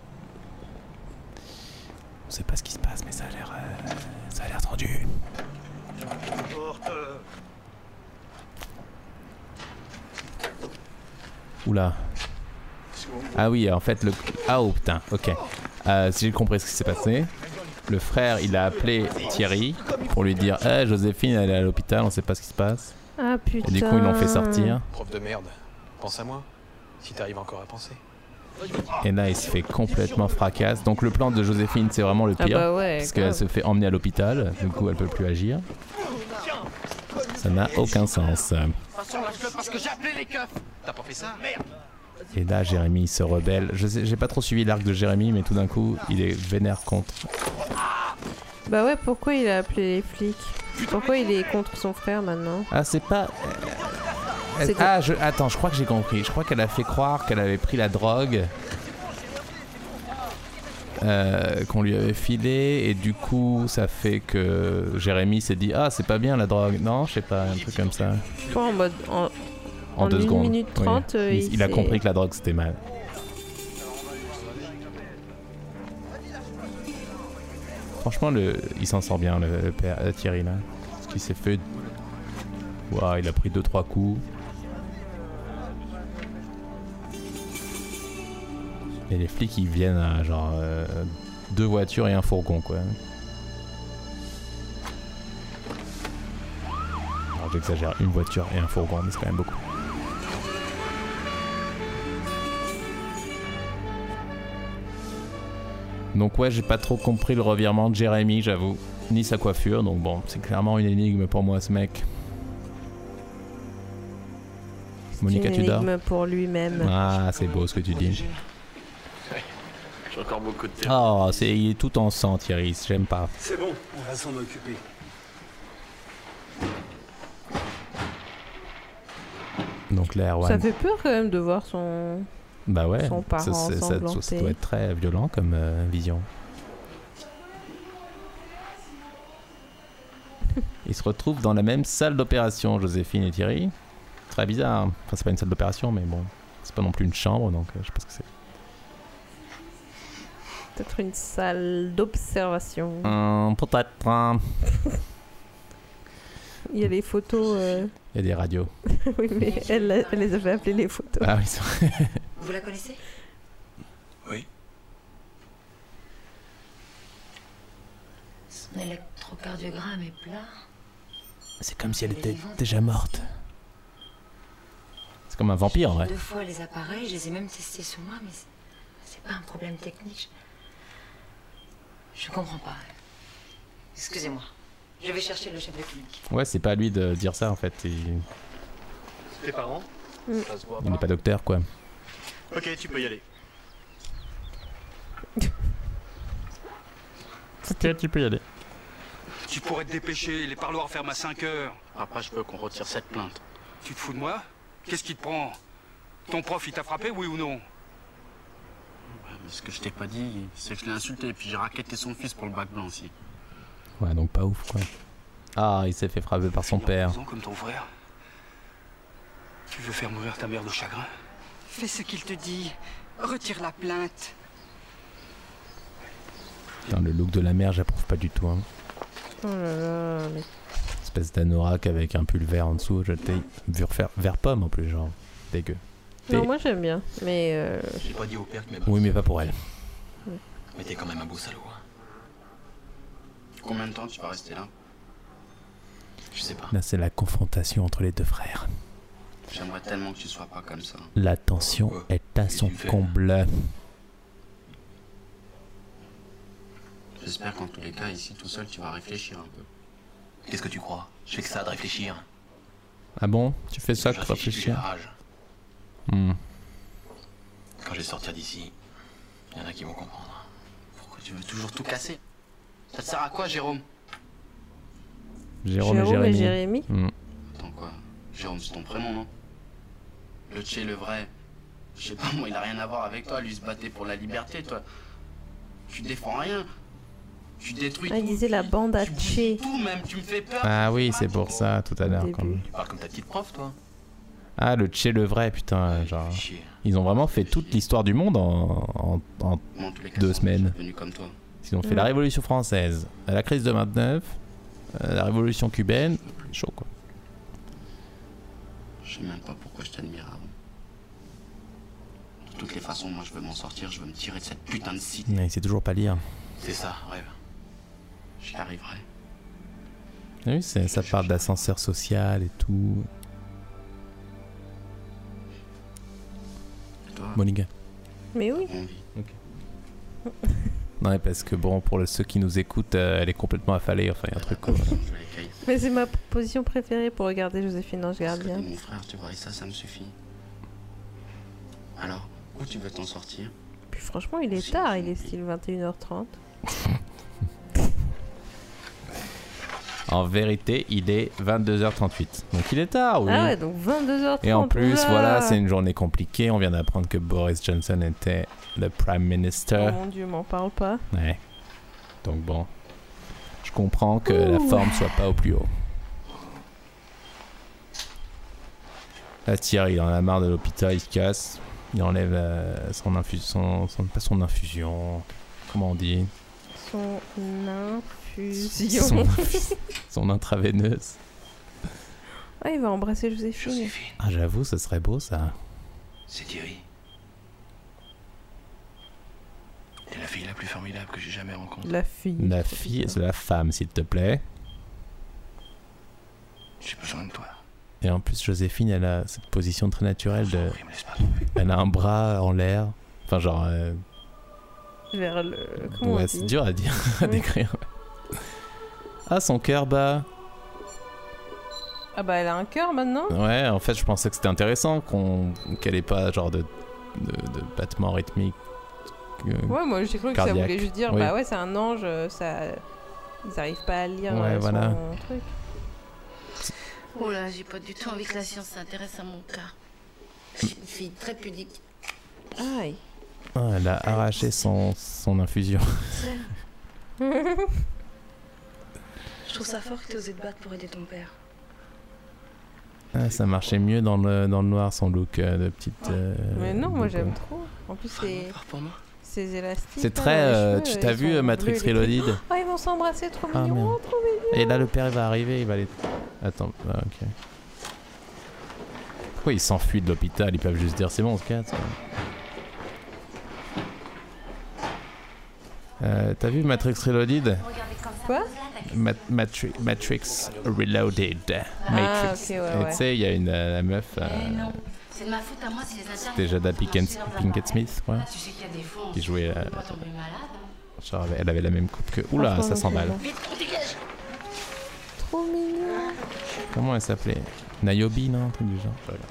On sait pas ce qui se passe, mais ça a l'air. Euh, ça a l'air tendu. Oula. Ah oui, en fait, le. Ah oh putain, ok. Euh, si j'ai compris ce qui s'est passé, le frère il a appelé Thierry pour lui dire Eh, Joséphine elle est à l'hôpital, on sait pas ce qui se passe. Ah putain. Et du coup, ils l'ont fait sortir. Prof de merde. Pense à moi. Si t'arrives encore à penser. Et là, il se fait complètement fracasse. Donc, le plan de Joséphine, c'est vraiment le Ah pire. bah ouais, parce qu'elle grave. se fait emmener à l'hôpital. Du coup, elle peut plus agir. Ça n'a aucun sens. Parce que j'ai appelé les keufs. T'as pas fait ça? Merde. Et là, Jérémy il se rebelle. Je sais, j'ai pas trop suivi l'arc de Jérémy, mais tout d'un coup, il est vénère contre. Bah ouais, pourquoi il a appelé les flics? Pourquoi il est contre son frère maintenant? Ah, c'est pas. Elle- C'est quoi? Ah, je... attends, je crois que j'ai compris. Je crois qu'elle a fait croire qu'elle avait pris la drogue euh, qu'on lui avait filée, et du coup, ça fait que Jérémy s'est dit ah, c'est pas bien la drogue. Non, je sais pas, un truc comme ça. Quoi, en mode. En, En, en deux une secondes. minute Oui. trente, euh, il, il il a s'est- compris que la drogue c'était mal. Franchement, le, il s'en sort bien, le, le père euh, Thierry là. Parce qu'il s'est fait. Ouah, il a pris deux trois coups. Et les flics ils viennent à genre euh, deux voitures et un fourgon quoi. Alors j'exagère, une voiture et un fourgon, mais c'est quand même beaucoup. Donc ouais, j'ai pas trop compris le revirement de Jérémy, j'avoue. Ni sa coiffure, donc bon, c'est clairement une énigme pour moi ce mec. Monica, tu dors? Une énigme pour lui-même. Ah, c'est beau ce que tu dis. J'ai encore beaucoup de terrain. Oh, c'est, il est tout en sang, Thierry, j'aime pas. C'est bon, on va s'en occuper. Donc là, Erwan. Ça fait peur quand même de voir son, bah ouais, son parent ça, ça, ça, ensanglanté. ça doit être très violent comme euh, vision. Ils se retrouvent dans la même salle d'opération, Joséphine et Thierry. Très bizarre. Enfin, c'est pas une salle d'opération, mais bon, c'est pas non plus une chambre, donc euh, je sais pas ce que c'est. Peut-être une salle d'observation. Hum, peut-être. Hein. Il y a les photos. Euh... Il y a des radios. Oui, mais elle, elle les avait appelées les photos. Ah oui, c'est vrai. Vous la connaissez? Oui. Son électrocardiogramme est plat. C'est comme si elle était déjà morte. C'est comme un vampire, en vrai. Deux fois les appareils, je les ai même testés sur moi, mais c'est pas un problème technique. Je, je comprends pas. Excusez-moi. Je vais chercher le chef de clinique. Ouais, c'est pas à lui de dire ça en fait. Il... Tes parents? Mm. Il n'est pas docteur, quoi. Ok, tu peux y aller. Ok, tu peux y aller. Tu pourrais te dépêcher, les parloirs ferment à cinq heures. Après, je veux qu'on retire cette plainte. Tu te fous de moi? Qu'est-ce qui te prend? Ton prof, il t'a frappé, oui ou non? Ouais, mais ce que je t'ai pas dit, c'est que je l'ai insulté et puis j'ai racketté son fils pour le bac blanc aussi. Ouais, donc pas ouf, quoi. Ah, il s'est fait frapper par son père. Comme ton frère. Tu veux faire mourir ta mère de chagrin? Fais ce qu'il te dit. Retire la plainte. Putain, le look de la mère, j'approuve pas du tout. Hein. Oh là là, mais... Espèce d'anorak avec un pull vert en dessous. J'étais vert, vert pomme en plus, genre. Dégueu. Non, moi j'aime bien, mais... Euh... J'ai pas dit au père que mes... Oui, mais pas pour elle. Ouais. Mais t'es quand même un beau salaud. Hein. Combien de temps tu vas rester là? Je sais pas. Là, c'est la confrontation entre les deux frères. J'aimerais tellement que tu sois pas comme ça. La tension Ouais. est à son comble. J'espère qu'en tous les cas, ici tout seul, tu vas réfléchir un peu. Qu'est-ce que tu crois? Je fais que ça de réfléchir. Ah bon? Tu fais ça Je pour réfléchis depuis réfléchir? la rage. Hmm. Quand je vais sortir d'ici, il y en a qui vont comprendre. Pourquoi tu veux toujours tout casser? Ça te sert à quoi, Jérôme? Jérôme, Jérôme et et Jérémy. Jérémy. Hmm. Attends quoi? Jérôme, c'est ton prénom, non? Le Tché, le vrai. Je sais pas, moi, il a rien à voir avec toi. Lui, il se battait pour la liberté, toi. Tu défends rien. Tu détruis Ah, il tout. disait la bande à Tché. Tout même, tu me fais peur. Ah oui, c'est pour ça, tout à l'heure. Début. quand même. Tu parles comme ta petite prof, toi. Ah, le Tché le vrai, putain, genre... Ils ont vraiment fait toute l'histoire du monde en, en, en Moi, en tous les cas, deux je suis semaines. venu comme toi. Ils ont fait Mm. la Révolution française, la crise de vingt-neuf, euh, la Révolution cubaine, chaud quoi. Je sais même pas pourquoi je t'admire avant. De toutes les façons, moi, je veux m'en sortir. Je veux me tirer de cette putain de cité. Mais il sait toujours pas lire. C'est ça, rêve. J'y arriverai. Ah oui, c'est- ça parle d'ascenseur social et tout. Et toi, Monica. Mais oui. on vit. Non, mais parce que bon, pour le- ceux qui nous écoutent, euh, elle est complètement affalée. Enfin, il y a un truc quoi. Je vais les cahiers. Mais c'est ma position préférée pour regarder Joséphine Ange Gardien. Mon frère, tu vois, et ça, ça me suffit. Alors, où tu veux t'en sortir? Puis franchement, il est tard, il est style vingt et une heures trente. En vérité, il est vingt-deux heures trente-huit. Donc il est tard, oui. Ah ouais, donc vingt-deux heures trente. Et en plus, oula. voilà, c'est une journée compliquée. On vient d'apprendre que Boris Johnson était le Prime Minister. Oh mon dieu, m'en parle pas. Ouais. Donc bon, je comprends que la forme soit pas au plus haut. Là, Thierry, il en a marre de l'hôpital, il se casse. Il enlève euh, son infusion, son, pas son infusion, comment on dit? Son infusion. Son, infu- son intraveineuse. Ah, il va embrasser Joséphine. Joséphine, Ah, j'avoue, ce serait beau ça. c'est Thierry. T'es la fille la plus formidable que j'ai jamais rencontrée. La fille. La fille, c'est la femme, s'il te plaît. J'ai besoin de toi. Et en plus, Joséphine, elle a cette position très naturelle de. Prie, me laisse pas tomber. Elle a un bras en l'air. Enfin, genre. euh, vers le... Comment Ouais, on c'est dit dur à dire, à Oui. décrire. Ah, son cœur bat. Ah bah elle a un cœur maintenant. Ouais, en fait, je pensais que c'était intéressant qu'on qu'elle ait pas genre de, de, de battement rythmique. euh, Ouais, moi j'ai cru que ça cardiaque. voulait juste dire, Oui. bah ouais, c'est un ange, euh, ça... Ils arrivent pas à lire Ouais, euh, voilà. son truc. Oh là, j'ai pas du tout envie que la science s'intéresse à mon cas. Je suis une fille très pudique. Aïe. Ah, elle a arraché son, son infusion. Je trouve ça fort que t'aies osé te battre pour aider ton père. Ah, ça marchait mieux dans le, dans le noir, son look euh, de petite. euh, Mais non, moi look, j'aime ouais. trop. En plus, c'est. Ces élastiques. C'est là, très. dans les euh, cheveux, tu ils t'as vu sont euh, Matrix bleus, les Reloaded? trucs. Oh, ils vont s'embrasser, trop Ah, mignon, merde. oh, trop mignon. Et là, le père il va arriver, il va aller. Attends, ah, ok. Pourquoi ils s'enfuient de l'hôpital? Ils peuvent juste dire c'est bon, on se casse. Euh, T'as vu Matrix Reloaded? Quoi? Ma- Matri- Matrix Reloaded. Ah, Matrix. ok, ouais, Et ouais. tu sais, il y a une euh, la meuf. euh, Eh non, c'est de ma faute à moi si les internes... C'était Jada Pinkett, Pinkett Smith, quoi. Tu sais qu'il y a des fois, on Qui jouait. peut euh, pas tomber malade. hein. genre, elle avait la même coupe que. Oula, Franchement, ça s'emballe. non, Vite, on dégage. Trop mignon. Comment elle s'appelait? Niobe, non? Un truc du genre. Je regarde.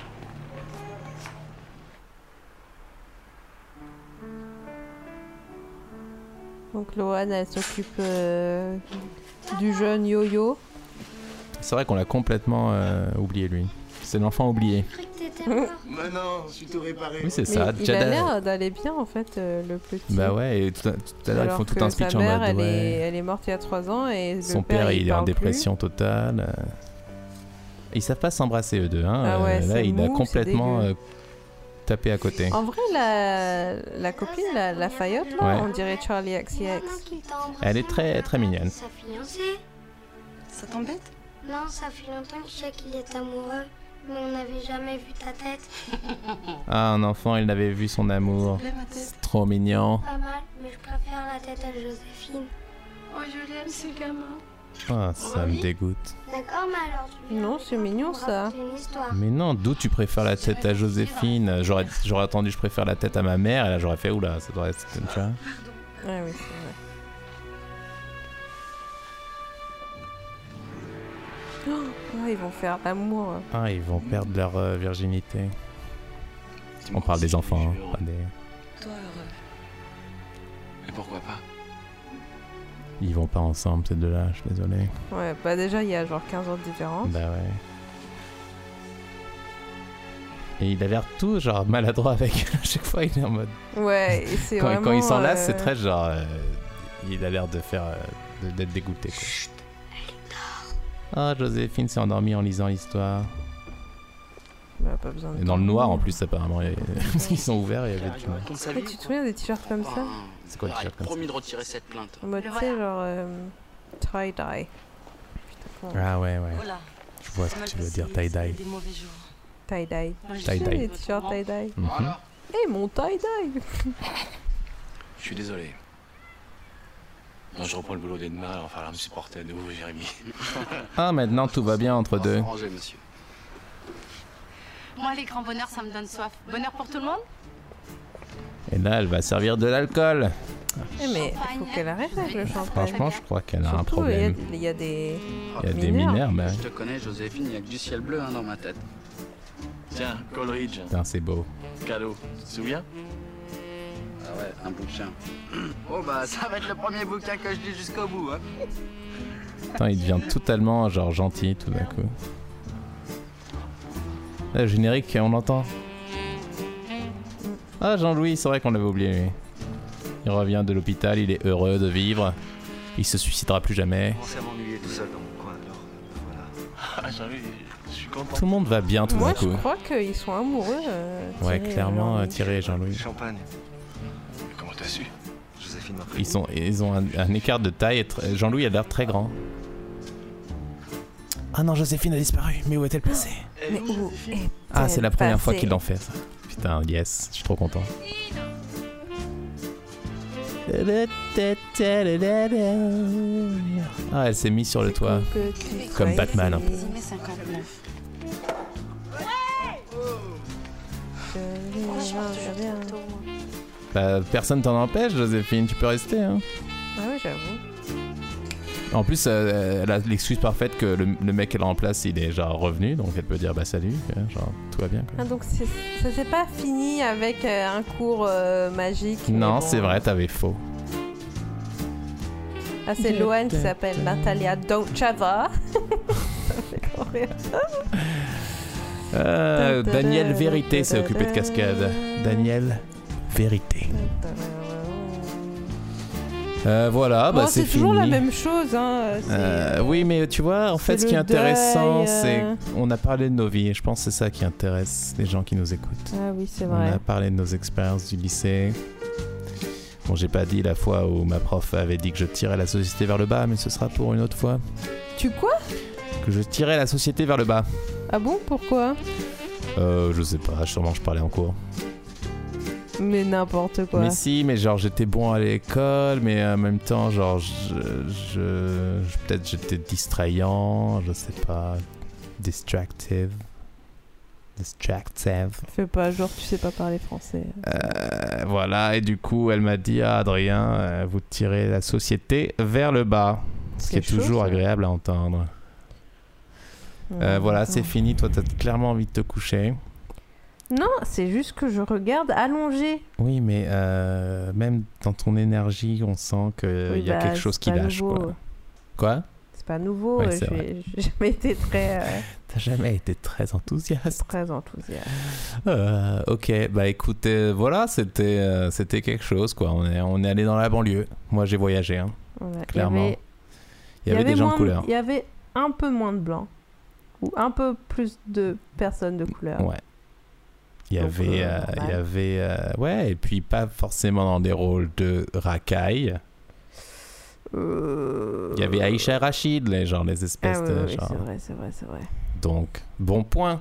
Donc Lohan, elle s'occupe euh, du jeune Yo-Yo. C'est vrai qu'on l'a complètement euh, oublié, lui. C'est l'enfant oublié. Mais non, je suis tout réparé. Oui, c'est Mais ça. il Jada- a l'air d'aller bien en fait, euh, le petit. Bah ouais, et tout à, tout à l'heure, ils Alors font tout que un speech sa en mère, mode. elle, ouais. est, elle est morte il y a trois ans et Son le père, père, il est en parle plus. dépression totale. euh. Ils savent pas s'embrasser, eux deux. Hein. Ah ouais, Euh, là, c'est il a mou, complètement c'est euh, tapé à côté. En vrai, la, la copine, la, la Fayotte, là, Ouais. on dirait Charlie X C X. Elle est très, très mignonne. Sa fiancée. Ça t'embête? Non, ça fait longtemps que je sais qu'il est amoureux, mais on n'avait jamais vu ta tête. Ah, un enfant, il avait vu son amour. C'est trop mignon. Pas mal, mais je préfère la tête à Joséphine. Oh, je l'aime, ce gamin. Ah, ça me dégoûte. D'accord, mais alors tu viens Non, c'est mignon ça. raconter une histoire. Mais non, d'où tu préfères la tête à Joséphine? J'aurais, j'aurais attendu, je préfère la tête à ma mère, et là j'aurais fait oula, ça doit être. Tu vois? Ouais, oui, c'est vrai. Oh, ils vont faire l'amour. Ah, ils vont perdre leur euh, virginité. On parle des enfants, hein, pas des. Toi, heureux. Et pourquoi pas? Ils vont pas ensemble, ces deux-là, je suis désolé. Ouais, bah déjà, il y a genre quinze ans de différence. Bah ouais. Et il a l'air tout genre maladroit avec. À chaque fois, il est en mode. Ouais, et c'est quand, vraiment... quand il s'enlace, euh, c'est très genre. euh, il a l'air de faire. euh, de- d'être dégoûté, quoi. Ah, Joséphine s'est endormie en lisant l'histoire. Bah, pas besoin de Et dans le noir, en dormir. plus, apparemment. il y avait- Parce qu'ils sont ouverts, il y avait du. Ouais, tu te souviens des t-shirts comme ça? C'est quoi le t-shirt comme ça? Promis de retirer cette plainte. En mode, tu sais, genre... euh, tie-dye. Putain, comment- Ah ouais, ouais. Voilà. Je vois ce que tu veux dire, tie-dye. Des mauvais jours. Tie-dye. Moi, je Tie-dye. Tu sais, les t-shirts tie-dye. Mhm. Voilà. Eh, mon tie-dye. Je suis désolé. Non, je reprends le boulot dès demain, il va falloir me supporter à nouveau, Jérémy. Ah, maintenant tout va bien entre deux. Arrangez, monsieur. Moi, les grands bonheurs, ça me donne soif. Bonheur pour tout le monde? Et là, elle va servir de l'alcool. Eh, mais il faut qu'elle arrête avec le champagne. Franchement, je crois qu'elle a un Surtout, il y a- problème. il y a des... Il y a des mineurs, mais. Je te connais, Joséphine, il n'y a que du ciel bleu hein, dans ma tête. Tiens, Coleridge. Putain, c'est beau. Cadeau. Tu te souviens? Ah ouais, un bouquin. Oh bah, ça va être le premier bouquin que je lis jusqu'au bout, hein. Putain, il devient totalement genre gentil tout d'un coup. Là, le générique, on l'entend. Ah, Jean-Louis, c'est vrai qu'on l'avait oublié, lui. Il revient de l'hôpital, il est heureux de vivre. Il se suicidera plus jamais. commencé à m'ennuyer tout seul dans mon coin, alors voilà. Ah, j'avais. Je suis content. Tout le monde va bien tout Moi, d'un je coup. crois qu'ils sont amoureux. euh, Ouais, Thierry et clairement, Jean-Louis. euh, Thierry et Jean-Louis. Champagne. Comment t'as su? Joséphine m'a Ils, sont, ils ont un, un écart de taille. et tr- Jean-Louis a l'air très grand. Ah non, Joséphine a disparu. Mais où est-elle passée? Mais où est Ah, c'est la première fois passée qu'ils l'ont fait, ça. Putain, yes, je suis trop content. Ah, elle s'est mise sur le toit. Comme Batman un peu. Décimé cinquante-neuf. Bah, personne t'en empêche, Joséphine, tu peux rester. Hein. Ah oui, j'avoue. En plus, euh, elle a l'excuse parfaite que le, le mec qu'elle remplace, il est genre revenu, donc elle peut dire bah salut, genre tout va bien. Quoi. Ah, donc c'est, ça s'est pas fini avec euh, un cours euh, magique. Non, bon. c'est vrai, t'avais faux. Ah, c'est Loane qui s'appelle Natalia Donchava. Ça fait trop rire. Euh, Daniel Vérité s'est occupé de cascade. Daniel Vérité. Euh, voilà, bah bon, c'est, c'est fini. toujours la même chose. Hein. Euh, oui, mais tu vois, en fait, ce qui est intéressant, deuil, euh... c'est on a parlé de nos vies. Et je pense que c'est ça qui intéresse les gens qui nous écoutent. Ah oui, c'est vrai. On a parlé de nos expériences du lycée. Bon, j'ai pas dit la fois où ma prof avait dit que je tirais la société vers le bas, mais ce sera pour une autre fois. Tu quoi ? Que je tirais la société vers le bas. Ah bon, pourquoi ? Euh, je sais pas, sûrement je parlais en cours. Mais n'importe quoi. Mais si, mais genre j'étais bon à l'école, mais en même temps, genre je, je, je peut-être j'étais distrayant, je sais pas, distractive, distractive. Fais pas genre tu sais pas parler français. Euh, voilà, et du coup elle m'a dit ah, Adrien, euh, vous tirez la société vers le bas, ce qui est chaud, toujours ça. agréable à entendre. Euh, voilà, c'est fini. Toi, t'as clairement envie de te coucher. Non, c'est juste que je regarde allongé. Oui, mais euh, même dans ton énergie, on sent qu'il Oui, y a bah, quelque chose c'est qui pas lâche. nouveau. Quoi. Quoi C'est pas nouveau. Ouais, euh, c'est j'ai, vrai. j'ai jamais été très. Euh, T'as jamais été très enthousiaste. Très enthousiaste. Euh, ok, bah écoute, euh, voilà, c'était, euh, c'était quelque chose, quoi. On est, on est allé dans la banlieue. Moi, j'ai voyagé, hein, Ouais, clairement. Il y avait, Il y avait, des gens moins de couleur. Il y avait un peu moins de blancs. Ou un peu plus de personnes de couleur. Ouais. Il y Donc, avait, euh, euh, il y normal. avait, euh, ouais, et puis pas forcément dans des rôles de racailles. Euh... Il y avait Aïcha et Rachid, les, genre les espèces Ah, oui, de. oui, genre... c'est vrai, c'est vrai, c'est vrai. Donc, bon point.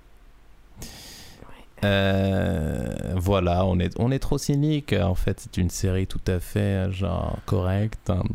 Euh, voilà, on est, on est trop cynique. En fait, c'est une série tout à fait genre correcte. Hein.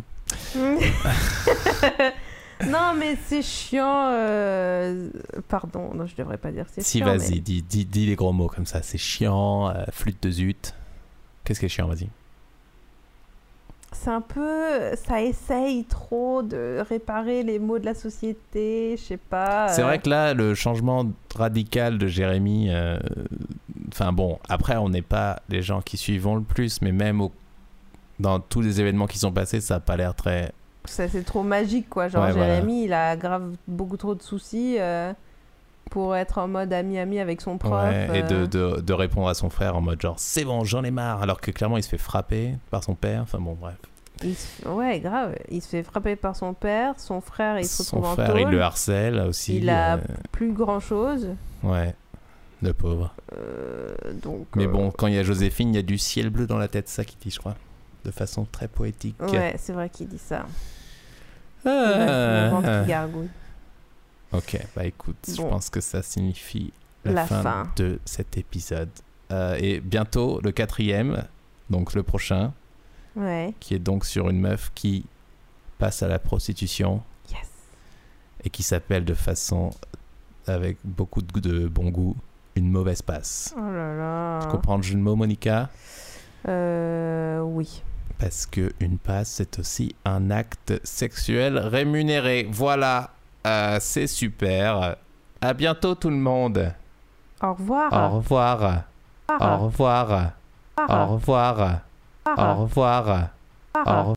Non, mais c'est chiant. Euh... Pardon, non, je devrais pas dire c'est Si, chiant. vas-y, mais... dis, dis, dis les gros mots comme ça. C'est chiant, euh, flûte de zut. Qu'est-ce qui est chiant, vas-y. C'est un peu. Ça essaye trop de réparer les maux de la société, je sais pas. C'est euh, vrai que là, le changement radical de Jérémy. euh, Enfin bon, après, on n'est pas les gens qui suivons le plus, mais même au... dans tous les événements qui sont passés, ça n'a pas l'air très. Ça, c'est trop magique, quoi. Genre, Ouais, Jérémy, il a grave beaucoup trop de soucis euh, pour être en mode ami-ami avec son prof. Ouais, et euh. de, de, de répondre à son frère en mode genre c'est bon, j'en ai marre, alors que clairement il se fait frapper par son père. Enfin bon, bref. Il se- Ouais, grave. Il se fait frapper par son père, son frère, il se Son retrouve en frère, il tôle. le harcèle aussi. Il a euh, plus grand-chose. Ouais, le pauvre. Euh, donc, Mais euh, bon, quand il y a Joséphine, il y a du ciel bleu dans la tête, ça qu'il dit, je crois. De façon très poétique. Ouais, c'est vrai qu'il dit ça. Ah, Ouais, c'est mon ventre ah. qui gargouille. Ok, bah écoute, je Bon. pense que ça signifie la, La fin, fin. de cet épisode. Euh, et bientôt, le quatrième, donc le prochain, Ouais. qui est donc sur une meuf qui passe à la prostitution. Yes. Et qui s'appelle de façon, avec beaucoup de, de bon goût, une mauvaise passe. Oh là là. Tu comprends le jeu de mots, Monica ? Euh. Oui. Parce que une passe, c'est aussi un acte sexuel rémunéré. Voilà, euh, c'est super. À bientôt tout le monde. Au revoir. Au revoir. Ah. Au revoir. Ah. Au revoir. Ah. Au revoir. Ah. Au revoir.